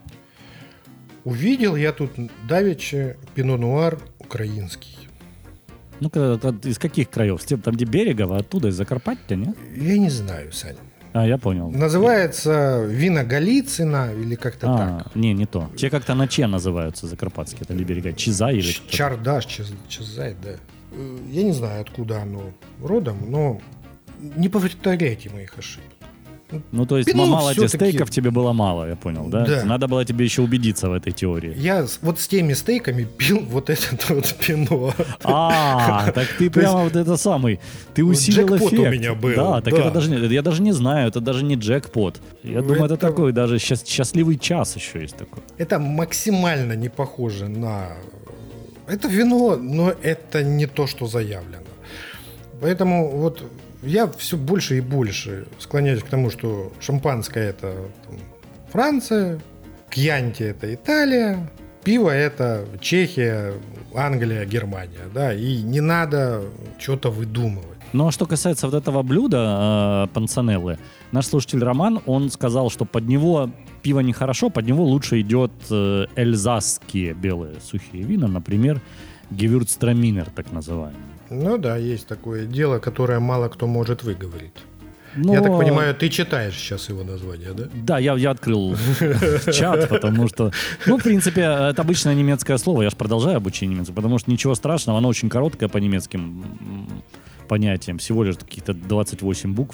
Увидел я тут давеча Пино Нуар украинский. Ну-ка, из каких краев? Там, где Берегово, оттуда, из Закарпаття, нет? Я не знаю, Саня. А, я понял. Называется вина Голицына или как-то а, так. Не, не то. Те как-то на че называются закарпатские, это ли берега? Чиза или Ч- Чардаш, Чиз, Чизай, да. Я не знаю, откуда оно родом, но не повторяйте моих ошибок. Ну, то есть Пино мало тебе всё-таки- стейков тебе было мало, я понял, да? Да. Надо было тебе еще убедиться в этой теории. Я с- вот с теми стейками пил вот этот вот Пино. А, так ты прямо вот это самый, ты усилил джекпот у эффект. меня был, Да, так да. это даже не, я даже не знаю, это даже не джекпот. Я думаю, это Это- такой даже счаст- счастливый час еще есть такой. Это максимально не похоже на... Это вино, но это не то, что заявлено. Поэтому вот я все больше и больше склоняюсь к тому, что шампанское это там, Франция, кьянти это Италия, пиво это Чехия, Англия, Германия, да, и не надо что-то выдумывать. Ну а что касается вот этого блюда э, панцанеллы, наш слушатель Роман, он сказал, что под него пиво нехорошо, под него лучше идет э, эльзасские белые сухие вина, например, гевюрцтраминер, так называемый. Ну да, есть такое дело, которое мало кто может выговорить. Но... Я так понимаю, ты читаешь сейчас его название, да? Да, я, я открыл чат, потому что, ну, в принципе, это обычное немецкое слово, я же продолжаю обучение немецкому, потому что ничего страшного, оно очень короткое по немецким понятиям, всего лишь каких-то двадцать восемь букв,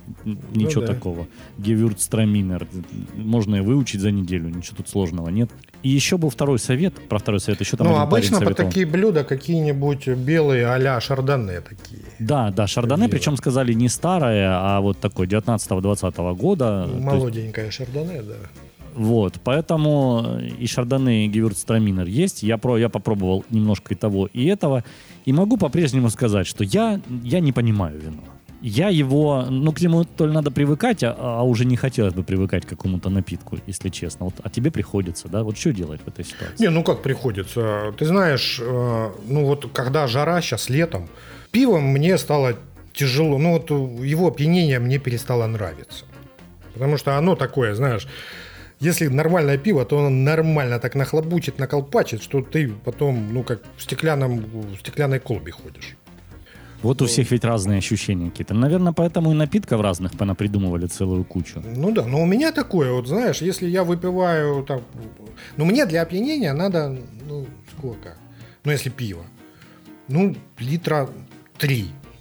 ничего Ну да. такого. Gewürztraminer. Можно и выучить за неделю, ничего тут сложного нет. И еще был второй совет, про второй совет, еще там Ну, один парень обычно под советовал. такие блюда какие-нибудь белые а-ля шардоне такие. Да, да, шардоне, Дело. причем сказали не старое, а вот такой девятнадцатого-двадцатого года. То есть, Молоденькое шардоне, да. вот, поэтому и шардоне, и гевюрцтраминер есть. Я, про, я попробовал немножко и того, и этого. И могу по-прежнему сказать, что я, я не понимаю вино. Я его, ну, к нему то ли надо привыкать, а, а уже не хотелось бы привыкать к какому-то напитку, если честно. Вот, а тебе приходится, да? Вот что делать в этой ситуации? Не, ну как приходится? Ты знаешь, э, ну вот когда жара сейчас летом, пивом мне стало тяжело. Ну вот его опьянение мне перестало нравиться. Потому что оно такое, знаешь, если нормальное пиво, то оно нормально так нахлобучит, наколпачит, что ты потом, ну как в, стеклянном, в стеклянной колбе ходишь. Вот у всех ведь разные ощущения какие-то. Наверное, поэтому и напитков разных понапридумывали целую кучу. Ну да, но у меня такое, вот знаешь, если я выпиваю там, ну мне для опьянения надо, ну сколько, ну если пиво, ну литра три.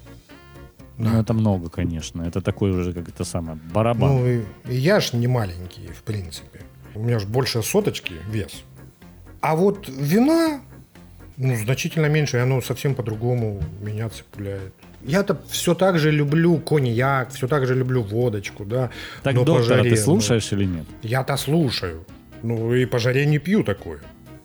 Ну, Да. это много, конечно. Это такой уже, как это самое, барабан. Ну и, и я ж не маленький, в принципе. У меня же больше соточки вес. А вот вина, ну, значительно меньше, и оно совсем по-другому меня цепляет. Я-то все так же люблю коньяк, все так же люблю водочку, да. Так но по доктора жаре, ты ну, слушаешь или нет? я-то слушаю. Ну и по жаре не пью такое.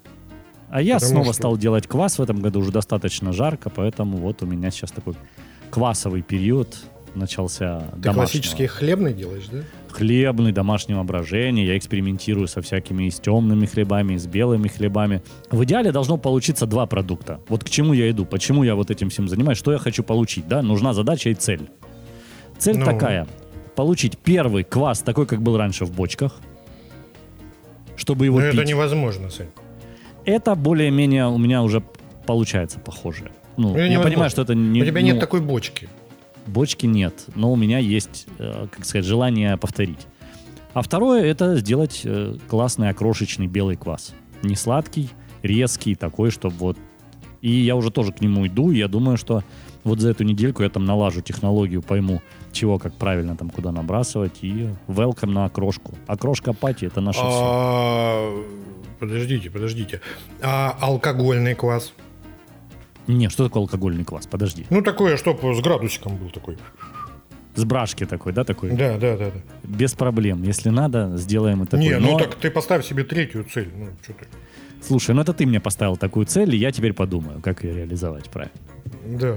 А я Потому снова что- стал делать квас в этом году, уже достаточно жарко, поэтому вот у меня сейчас такой квасовый период начался. Ты домашнего. классический хлебный делаешь, да? Хлебный, домашнего брожения. Я экспериментирую со всякими и с темными хлебами, и с белыми хлебами. В идеале должно получиться два продукта. Вот к чему я иду, почему я вот этим всем занимаюсь, что я хочу получить, да? Нужна задача и цель. Цель Ну. такая. Получить первый квас, такой, как был раньше в бочках, чтобы его Но пить. это невозможно, Сань. Это более-менее у меня уже получается похоже. Ну, Ну, я невозможно. понимаю, что это не... У тебя ну, нет такой бочки. Бочки нет, но у меня есть, э, как сказать, желание повторить. А второе — это сделать э, классный окрошечный белый квас. Не сладкий, резкий, такой, чтобы вот... И я уже тоже к нему иду, и я думаю, что вот за эту недельку я там налажу технологию, пойму, чего, как правильно там, куда набрасывать, и welcome на окрошку. Окрошка пати — это наше все. А, Подождите, подождите. А алкогольный квас? Не, что такое алкогольный квас? Подожди. Ну, такое, чтобы с градусиком был такой. С брашки такой, да, такой? Да, да, да, да. Без проблем. Если надо, сделаем и такой. Не, ну Но- так ты поставь себе третью цель. Ну, что ты? Слушай, ну это ты мне поставил такую цель, и я теперь подумаю, как ее реализовать правильно. Да.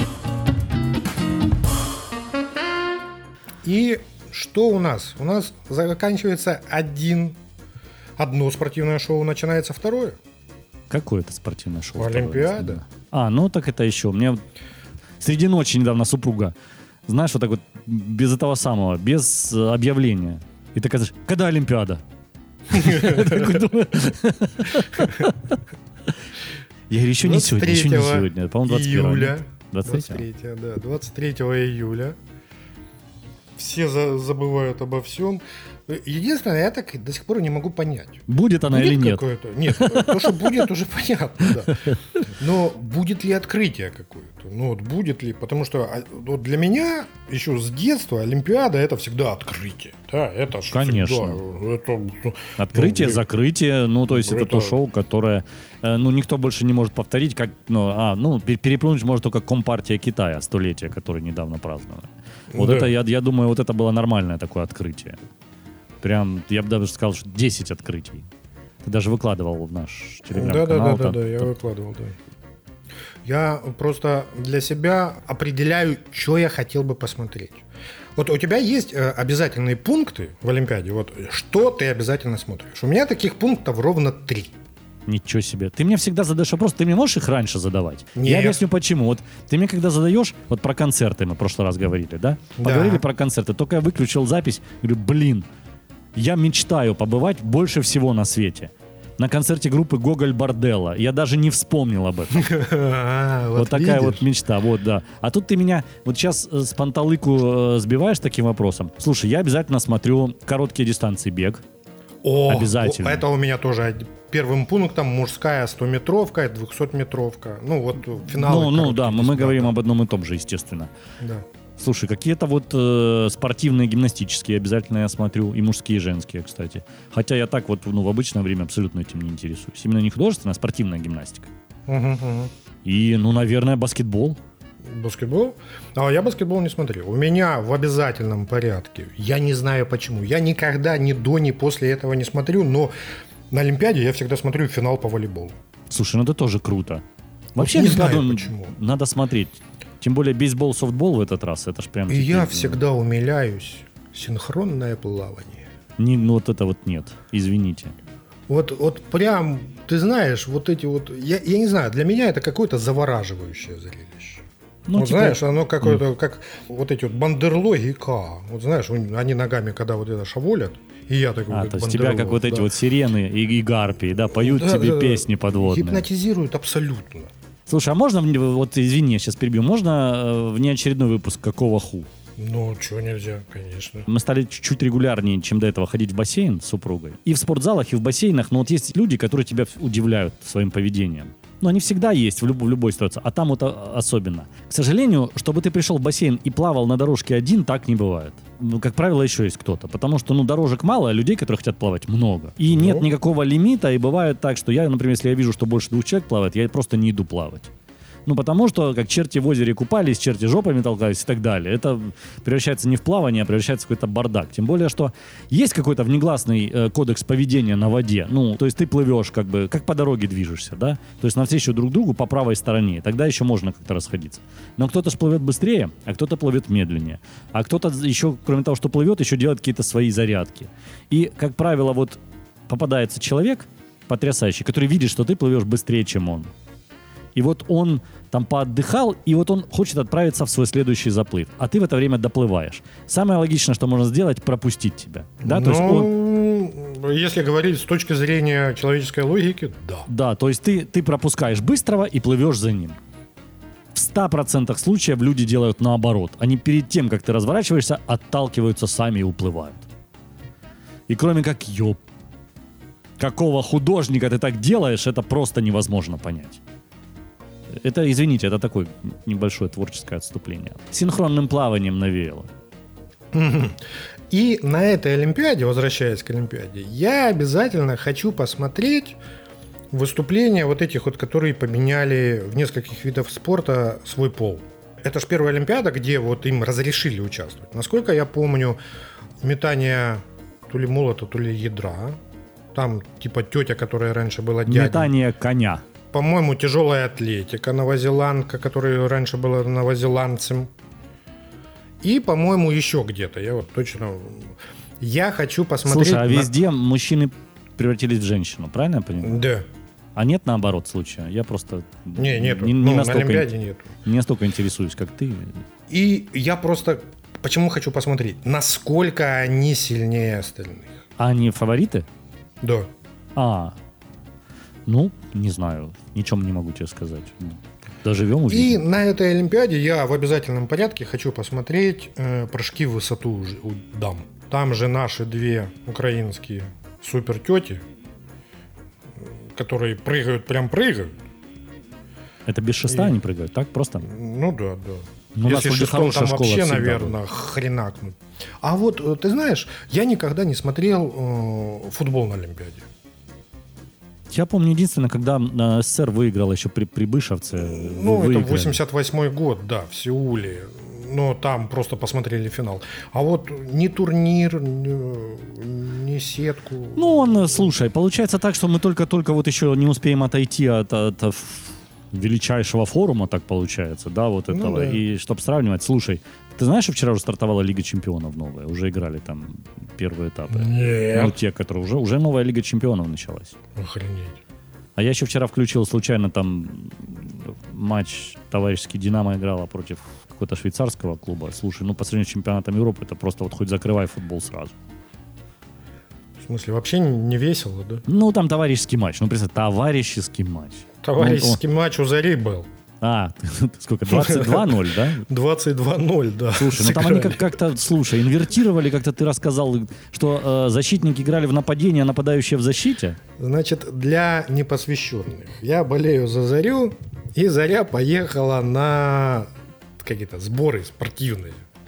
И что у нас? У нас заканчивается один, одно спортивное шоу, начинается второе. Какое это спортивное шоу? Олимпиада. Да. А, ну так это еще. Мне вот среди ночи недавно супруга, знаешь, вот так вот, без этого самого, без э, объявления. И ты говоришь, когда Олимпиада? Я такой думаю. Я говорю, еще не сегодня, еще не сегодня. По-моему, двадцать первого. июля. двадцать двадцать третьего. третьего, да, двадцать третьего июля. Все за- забывают обо всем. Единственное, я так до сих пор не могу понять. Будет она Будет или нет? какое-то? Нет, то, что будет, уже понятно, да. Но будет ли открытие какое-то? Ну вот будет ли? Потому что а, вот для меня еще с детства Олимпиада — это всегда открытие. Да, это ж Конечно. всегда, это, ну, Открытие, ну, закрытие, ну, то есть это, это- то шоу, которое, э, ну, никто больше не может повторить, как, ну, а, ну, пер- переплюнуть может только Компартия Китая, столетие, которое недавно праздновали. Вот Да. это, я, я думаю, вот это было нормальное такое открытие. Прям, я бы даже сказал, что десять открытий. Ты даже выкладывал в наш Да, телеграм-канал. да, да, да, там- да, я там- выкладывал, да. Я просто для себя определяю, что я хотел бы посмотреть. Вот у тебя есть э, обязательные пункты в Олимпиаде. Вот что ты обязательно смотришь? У меня таких пунктов ровно три. Ничего себе. Ты мне всегда задаешь вопрос, ты мне можешь их раньше задавать? Нет. Я объясню почему. Вот ты мне когда задаешь, вот про концерты мы в прошлый раз говорили, да? Да. Поговорили про концерты, только я выключил запись, говорю, блин, я мечтаю побывать больше всего на свете. На концерте группы Гоголь Борделла. Я даже не вспомнил об этом. Вот такая видишь? вот мечта, вот, да. А тут ты меня вот сейчас э, с панталыку э, сбиваешь таким вопросом. Слушай, я обязательно смотрю короткие дистанции бег. О, Обязательно. Это у меня тоже первым пунктом мужская стометровка, двухсотметровка. Ну вот финал. Ну, ну да, мы, мы говорим об одном и том же, естественно. Да. Слушай, какие-то вот э, спортивные, гимнастические обязательно я смотрю. И мужские, и женские, кстати. Хотя я так вот ну, в обычное время абсолютно этим не интересуюсь. Именно не художественная, а спортивная гимнастика. Угу, угу. И, ну, наверное, баскетбол. Баскетбол? А я баскетбол не смотрел. У меня в обязательном порядке. Я не знаю почему. Я никогда ни до, ни после этого не смотрю, но на Олимпиаде я всегда смотрю финал по волейболу. Слушай, ну это тоже круто. Вообще, не надо, знаю почему. Надо смотреть. Тем более бейсбол, софтбол в этот раз. Это ж прям... И теперь, я ну, всегда умиляюсь. Синхронное плавание. Не, ну вот это вот нет. Извините. Вот, вот прям, ты знаешь, вот эти вот... Я, я не знаю, для меня это какое-то завораживающее зрелище. Ну, вот типа... знаешь, оно какое-то, mm. как вот эти вот бандерлоги и К. Вот знаешь, они ногами, когда вот это шаволят, и я такой, а, как то есть бандерлог, тебя, как вот да. эти вот сирены и, и гарпии, да, поют да, тебе да, песни подводные. Гипнотизируют абсолютно. Слушай, а можно, вот извини, я сейчас перебью, можно внеочередной выпуск «Какого ху»? Ну, чего нельзя, конечно. Мы стали чуть-чуть регулярнее, чем до этого, ходить в бассейн с супругой. И в спортзалах, и в бассейнах. Но вот есть люди, которые тебя удивляют своим поведением. Но они всегда есть в, люб- в любой ситуации. А там вот особенно. К сожалению, чтобы ты пришел в бассейн и плавал на дорожке один, так не бывает. Как правило, еще есть кто-то. Потому что, ну, дорожек мало, а людей, которые хотят плавать, много. И ну. нет никакого лимита. И бывает так, что я, например, если я вижу, что больше двух человек плавает, я просто не иду плавать. Ну, потому что, как черти в озере купались, черти жопами толкались и так далее. Это превращается не в плавание, а превращается в какой-то бардак. Тем более, что есть какой-то внегласный э, кодекс поведения на воде. Ну, то есть ты плывешь, как бы, как по дороге движешься, да? То есть навстречу друг другу по правой стороне. Тогда еще можно как-то расходиться. Но кто-то же плывет быстрее, а кто-то плывет медленнее. А кто-то еще, кроме того, что плывет, еще делает какие-то свои зарядки. И, как правило, вот попадается человек потрясающий, который видит, что ты плывешь быстрее, чем он. И вот он там поотдыхал, и вот он хочет отправиться в свой следующий заплыв. А ты в это время доплываешь. Самое логичное, что можно сделать, пропустить тебя. Да? Ну, то есть он... если говорить с точки зрения человеческой логики, да. Да, то есть ты, ты пропускаешь быстрого и плывешь за ним. В ста процентах случаев люди делают наоборот. Они перед тем, как ты разворачиваешься, отталкиваются сами и уплывают. И кроме как, ёп, какого художника ты так делаешь, это просто невозможно понять. Это, извините, это такое небольшое творческое отступление. Синхронным плаванием навеяло. И на этой Олимпиаде, возвращаясь к Олимпиаде, я обязательно хочу посмотреть выступления вот этих вот, которые поменяли в нескольких видах спорта свой пол. Это же первая Олимпиада, где вот им разрешили участвовать. Насколько я помню, метание то ли молота, то ли ядра. Там типа тетя, которая раньше была дядей. Метание коня. По-моему, тяжелая атлетика, новозеландка, которая раньше была новозеландцем. И, по-моему, еще где-то. Я вот точно... Я хочу посмотреть... Слушай, а на... везде мужчины превратились в женщину, правильно я понимаю? Да. А нет наоборот случая? Я просто... Не, нету. Не, не ну, настолько, на Олимпиаде нету. Не настолько интересуюсь, как ты. И я просто... Почему хочу посмотреть? Насколько они сильнее остальных. А они фавориты? Да. А, ну, не знаю. Ничем не могу тебе сказать. Доживем, увидим. И на этой Олимпиаде я в обязательном порядке хочу посмотреть э, прыжки в высоту у, у дам. Там же наши две украинские супертети, которые прыгают, прям прыгают. Это без шеста И... они прыгают, так просто? Ну да, да. Ну, если шестом там вообще, наверное, будет. хренакнут. А вот, ты знаешь, я никогда не смотрел э, футбол на Олимпиаде. Я помню единственное, когда СССР выиграл еще при, при Бышевце. Ну, выиграли. это восемьдесят восьмой год, да, в Сеуле. Но там просто посмотрели финал. А вот ни турнир, ни, ни сетку. Ну, он, слушай, получается так, что мы только-только вот еще не успеем отойти от, от величайшего форума, так получается, да, вот этого. Ну, да. И чтобы сравнивать, слушай, ты знаешь, что вчера уже стартовала Лига Чемпионов новая? Уже играли там первые этапы. Нет. Ну, те, которые уже, уже новая Лига Чемпионов началась. Охренеть. А я еще вчера включил случайно там матч товарищеский «Динамо» играла против какого-то швейцарского клуба. Слушай, ну по сравнению с чемпионатом Европы это просто вот хоть закрывай футбол сразу. В смысле, вообще не весело, да? Ну там товарищеский матч. Ну представь, товарищеский матч. Товарищеский ну, матч у Зари был. А, сколько? двадцать два ноль, да? двадцать два ноль, да. Слушай, ну там они как- как-то, слушай, инвертировали, как-то ты рассказал, что э, защитники играли в нападении, а нападающие в защите. Значит, для непосвященных. Я болею за Зарю, и Заря поехала на какие-то сборы спортивные.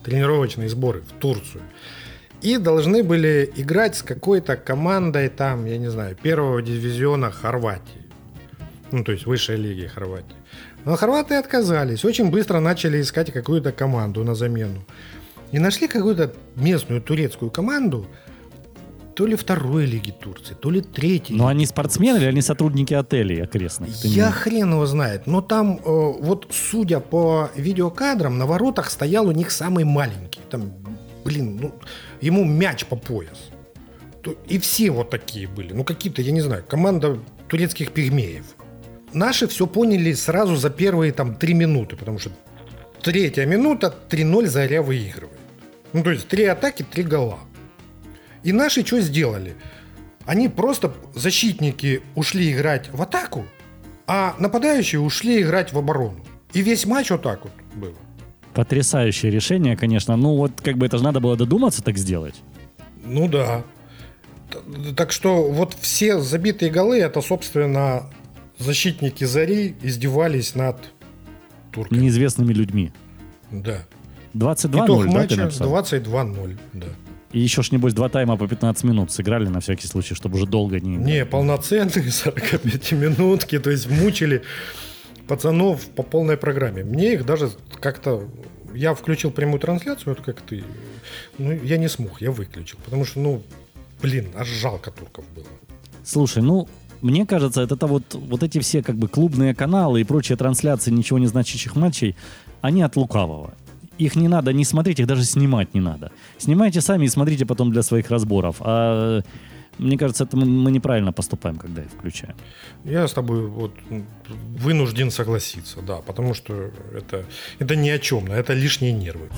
тренировочные сборы в Турцию. И должны были играть с какой-то командой там, я не знаю, первого дивизиона Хорватии. Ну, то есть высшей лиги Хорватии. Но хорваты отказались. Очень быстро начали искать какую-то команду на замену. И нашли какую-то местную турецкую команду, то ли второй лиги Турции, то ли третьей. Но они спортсмены или они сотрудники отелей окрестных? Ты Я не... хрен его знает. Но там, э, вот судя по видеокадрам, на воротах стоял у них самый маленький. Там, блин, ну, ему мяч по пояс. И все вот такие были. Ну, какие-то, я не знаю, команда турецких пигмеев. Наши все поняли сразу за первые там три минуты, потому что третья минута, три ноль Заря выигрывает. Ну, то есть три атаки, три гола. И наши что сделали? Они просто, защитники, ушли играть в атаку, а нападающие ушли играть в оборону. И весь матч вот так вот был. Потрясающее решение, конечно. Ну, вот как бы это же надо было додуматься так сделать. Ну да. Так что вот все забитые голы, это, собственно, защитники Зари издевались над турками. Неизвестными людьми. Да. двадцать два ноль, Итог да, матча ты написал? двадцать два ноль, да. И еще ж, небось, два тайма по пятнадцать минут сыграли на всякий случай, чтобы уже долго не... Не, полноценные сорокапятиминутки, то есть мучили пацанов по полной программе. Мне их даже как-то... Я включил прямую трансляцию, вот как ты. Ну, я не смог, я выключил. Потому что, ну, блин, аж жалко турков было. Слушай, ну, мне кажется, это вот, вот эти все как бы клубные каналы и прочие трансляции ничего не значащих матчей, они от лукавого. Их не надо не смотреть, их даже снимать не надо. Снимайте сами и смотрите потом для своих разборов. А мне кажется, это мы, мы неправильно поступаем, когда их включаем. Я с тобой вот вынужден согласиться, да, потому что это, это ни о чем, это лишние нервы.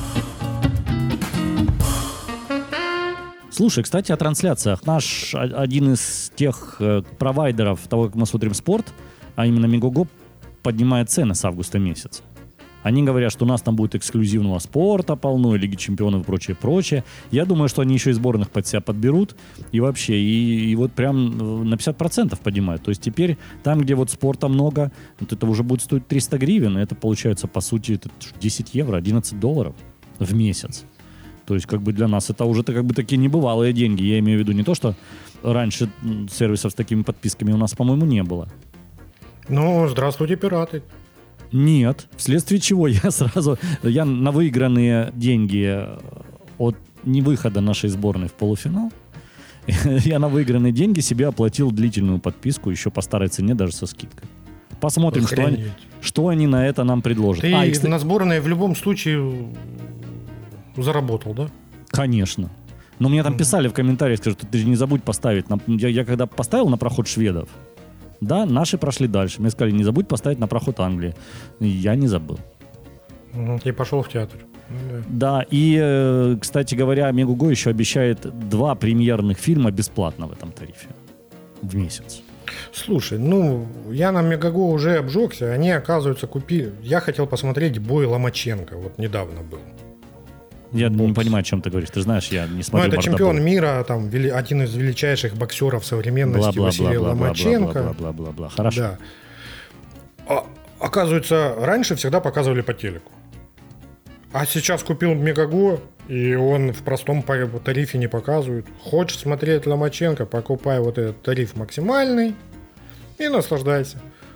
Слушай, кстати, о трансляциях. Наш один из тех э, провайдеров того, как мы смотрим спорт, а именно Мегого, поднимает цены с августа месяца. Они говорят, что у нас там будет эксклюзивного спорта полно, Лиги чемпионов и прочее, прочее. Я думаю, что они еще и сборных под себя подберут. И вообще, и, и вот прям на пятьдесят процентов поднимают. То есть теперь там, где вот спорта много, вот это уже будет стоить триста гривен. И это получается, по сути, это десять евро, одиннадцать долларов в месяц. То есть как бы для нас это уже как бы такие небывалые деньги. Я имею в виду не то, что раньше сервисов с такими подписками у нас, по-моему, не было. Ну, здравствуйте, пираты. Нет, вследствие чего я сразу, я на выигранные деньги от невыхода нашей сборной в полуфинал, я на выигранные деньги себе оплатил длительную подписку еще по старой цене, даже со скидкой. Посмотрим, что они, что они на это нам предложат. Ты а, и, кстати, на сборной в любом случае заработал, да? Конечно. Но мне там писали в комментариях, скажут, ты не забудь поставить. На, я, я когда поставил на проход шведов, да, наши прошли дальше. Мне сказали, не забудь поставить на проход Англии. Я не забыл. Угу, и пошел в театр. Да, да и, кстати говоря, Мегого еще обещает два премьерных фильма бесплатно в этом тарифе в месяц. Слушай, ну, я на Мегого уже обжегся. Они, оказывается, купили... Я хотел посмотреть бой Ломаченко. Вот недавно был. Я Бокс. не понимаю, о чем ты говоришь. Ты знаешь, я не смотрю. Ну, это мордобой. чемпион мира, там, вели, один из величайших боксеров современности, Василий Ломаченко. Бла-бла-бла-бла-бла-бла. Хорошо. Да. А, оказывается, раньше всегда показывали по телеку. А сейчас купил Мегого, и он в простом тарифе не показывает. Хочешь смотреть Ломаченко, покупай вот этот тариф максимальный и наслаждайся.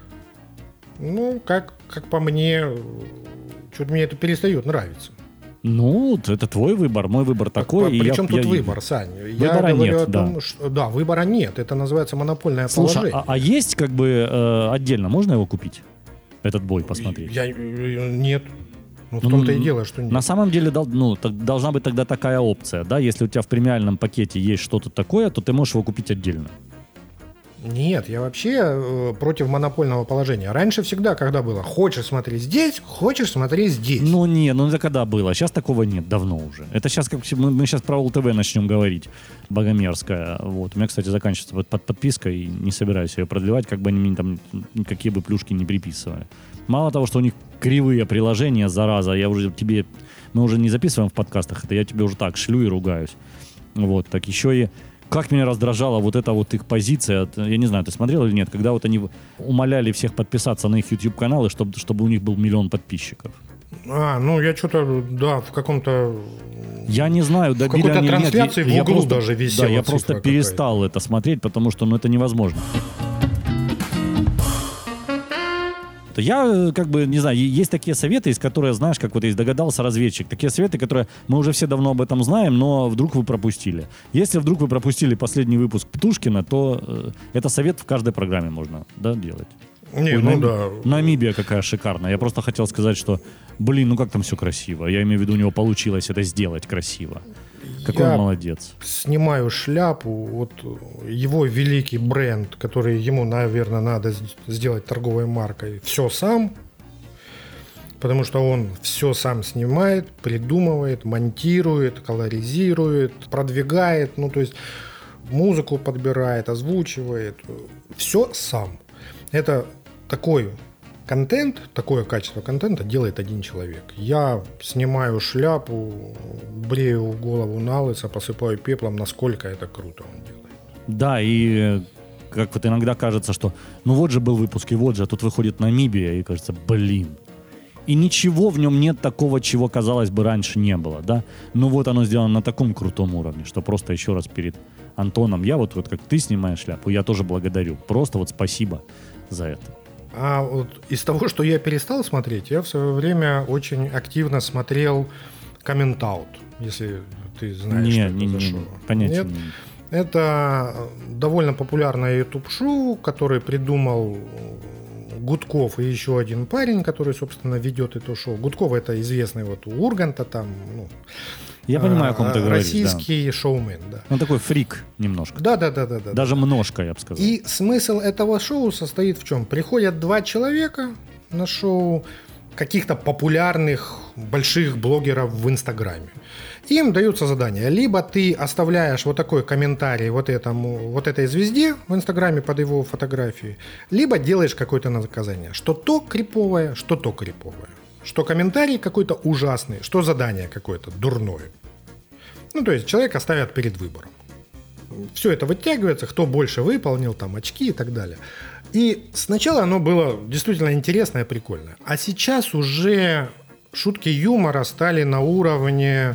Ну, как, как по мне, что-то мне это перестает нравиться. Ну, это твой выбор, мой выбор такой. А, и причем я, тут я... выбор, Сань? Выбора я говорю нет, о том, да. что... Да, выбора нет. Это называется монопольное Слушай, положение. а, а есть как бы э, отдельно, можно его купить? Этот бой посмотреть? Я, нет. Ну, в том-то ну, и дело, что нет. На самом деле дол, ну, так, должна быть тогда такая опция, да? Если у тебя в премиальном пакете есть что-то такое, то ты можешь его купить отдельно. Нет, я вообще э, против монопольного положения. Раньше всегда, когда было, хочешь смотри здесь, хочешь смотри здесь. Ну не, ну это когда было, сейчас такого нет, давно уже. Это сейчас, как мы, мы сейчас про УЛТВ начнем говорить, богомерзкая. Вот. У меня, кстати, заканчивается под, под подписка, и не собираюсь ее продлевать, как бы они мне там никакие бы плюшки не приписывали. Мало того, что у них кривые приложения, зараза, я уже тебе, мы уже не записываем в подкастах, это я тебе уже так шлю и ругаюсь. Вот, так еще и как меня раздражала вот эта вот их позиция, я не знаю, ты смотрел или нет, когда вот они умоляли всех подписаться на их YouTube-каналы, чтобы, чтобы у них был миллион подписчиков. А, ну я что-то, да, в каком-то... Я не знаю, добили какой-то они или нет. трансляции в Я углу просто- даже висела Да, я цифра просто какая-то. перестал это смотреть, потому что ну, это невозможно. То я, э, как бы, не знаю, е- есть такие советы, из которых, знаешь, как вот есть догадался разведчик, такие советы, которые мы уже все давно об этом знаем, но вдруг вы пропустили. Если вдруг вы пропустили последний выпуск Птушкина, то э, это совет в каждой программе можно, да, делать. Не, Ой, ну Нами- да. Намибия какая шикарная. Я просто хотел сказать, что, блин, ну как там все красиво. Я имею в виду, у него получилось это сделать красиво. Какой Я он молодец. снимаю шляпу, вот его великий бренд, который ему, наверное, надо с- сделать торговой маркой, все сам, потому что он все сам снимает, придумывает, монтирует, колоризирует, продвигает, ну то есть музыку подбирает, озвучивает, все сам. Это такой контент, такое качество контента делает один человек. Я снимаю шляпу, брею голову на лысо, посыпаю пеплом, насколько это круто он делает. Да, и э, как вот иногда кажется, что ну вот же был выпуск, и вот же, а тут выходит Намибия, и кажется, блин. И ничего в нем нет такого, чего, казалось бы, раньше не было, да? Ну вот оно сделано на таком крутом уровне, что просто еще раз перед Антоном, я вот, вот как ты снимаешь шляпу, я тоже благодарю. Просто вот спасибо за это. А вот из того, что я перестал смотреть, я в свое время очень активно смотрел Коммент-аут, если ты знаешь, Не, что это не, за не, шоу. не, понятия Нет? не имею. Это довольно популярное YouTube-шоу, которое придумал Гудков и еще один парень, который, собственно, ведет это шоу. Гудков — это известный вот у Урганта там, ну, Я понимаю, о ком ты а, говоришь, да. российский шоумен, да. Он такой фрик немножко. Да, да, да, да, да. Даже множко, я бы сказал. И смысл этого шоу состоит в чем? Приходят два человека на шоу, каких-то популярных больших блогеров в Инстаграме. Им даются задания. Либо ты оставляешь вот такой комментарий вот, этому, вот этой звезде в Инстаграме под его фотографией, либо делаешь какое-то наказание. Что то криповое, что то криповое. Что комментарий какой-то ужасный, что задание какое-то дурное. Ну, то есть человека ставят перед выбором. Все это вытягивается, кто больше выполнил, там очки и так далее. И сначала оно было действительно интересное и прикольное. А сейчас уже шутки юмора стали на уровне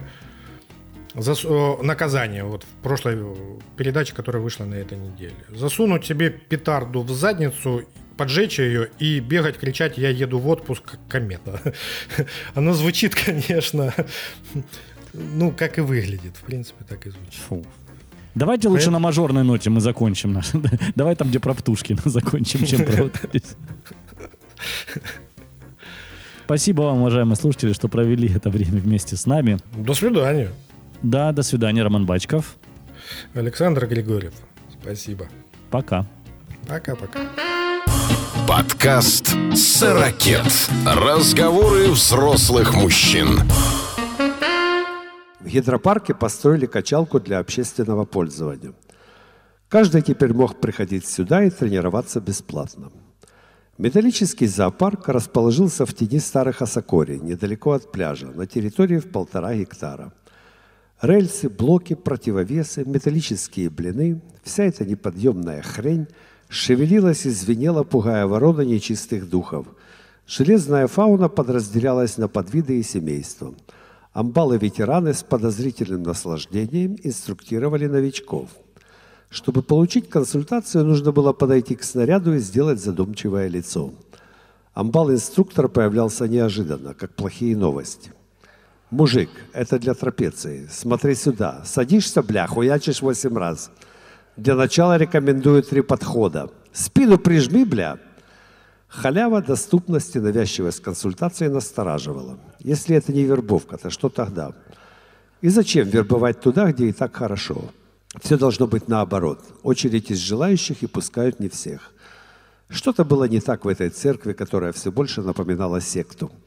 зас... э, наказания. Вот в прошлой передаче, которая вышла на этой неделе. Засунуть себе петарду в задницу, поджечь ее и бегать, кричать: «Я еду в отпуск, как комета». Оно звучит, конечно, ну, как и выглядит. В принципе, так и звучит. Фу. Давайте лучше на мажорной ноте мы закончим. наш- Давай там, где про Птушкина, закончим, чем про вот здесь. Спасибо вам, уважаемые слушатели, что провели это время вместе с нами. До свидания. Да, до свидания, Роман Бачков. Александр Григорьев. Спасибо. Пока. Пока-пока. Подкаст «Сорокет». Разговоры взрослых мужчин. В гидропарке построили качалку для общественного пользования. Каждый теперь мог приходить сюда и тренироваться бесплатно. Металлический зоопарк расположился в тени старых осокорий, недалеко от пляжа, на территории в полтора гектара. Рельсы, блоки, противовесы, металлические блины – вся эта неподъемная хрень шевелилась и звенела, пугая ворон и нечистых духов. Железная фауна подразделялась на подвиды и семейства. Амбалы-ветераны с подозрительным наслаждением инструктировали новичков. Чтобы получить консультацию, нужно было подойти к снаряду и сделать задумчивое лицо. Амбал-инструктор появлялся неожиданно, как плохие новости. «Мужик, это для трапеции. Смотри сюда. Садишься, бля, хуячишь восемь раз. Для начала рекомендую три подхода. Спину прижми, бля». Халява, доступность и навязчивость консультации настораживала. Если это не вербовка, то что тогда? И зачем вербовать туда, где и так хорошо? Все должно быть наоборот. Очередь из желающих и пускают не всех. Что-то было не так в этой церкви, которая все больше напоминала секту.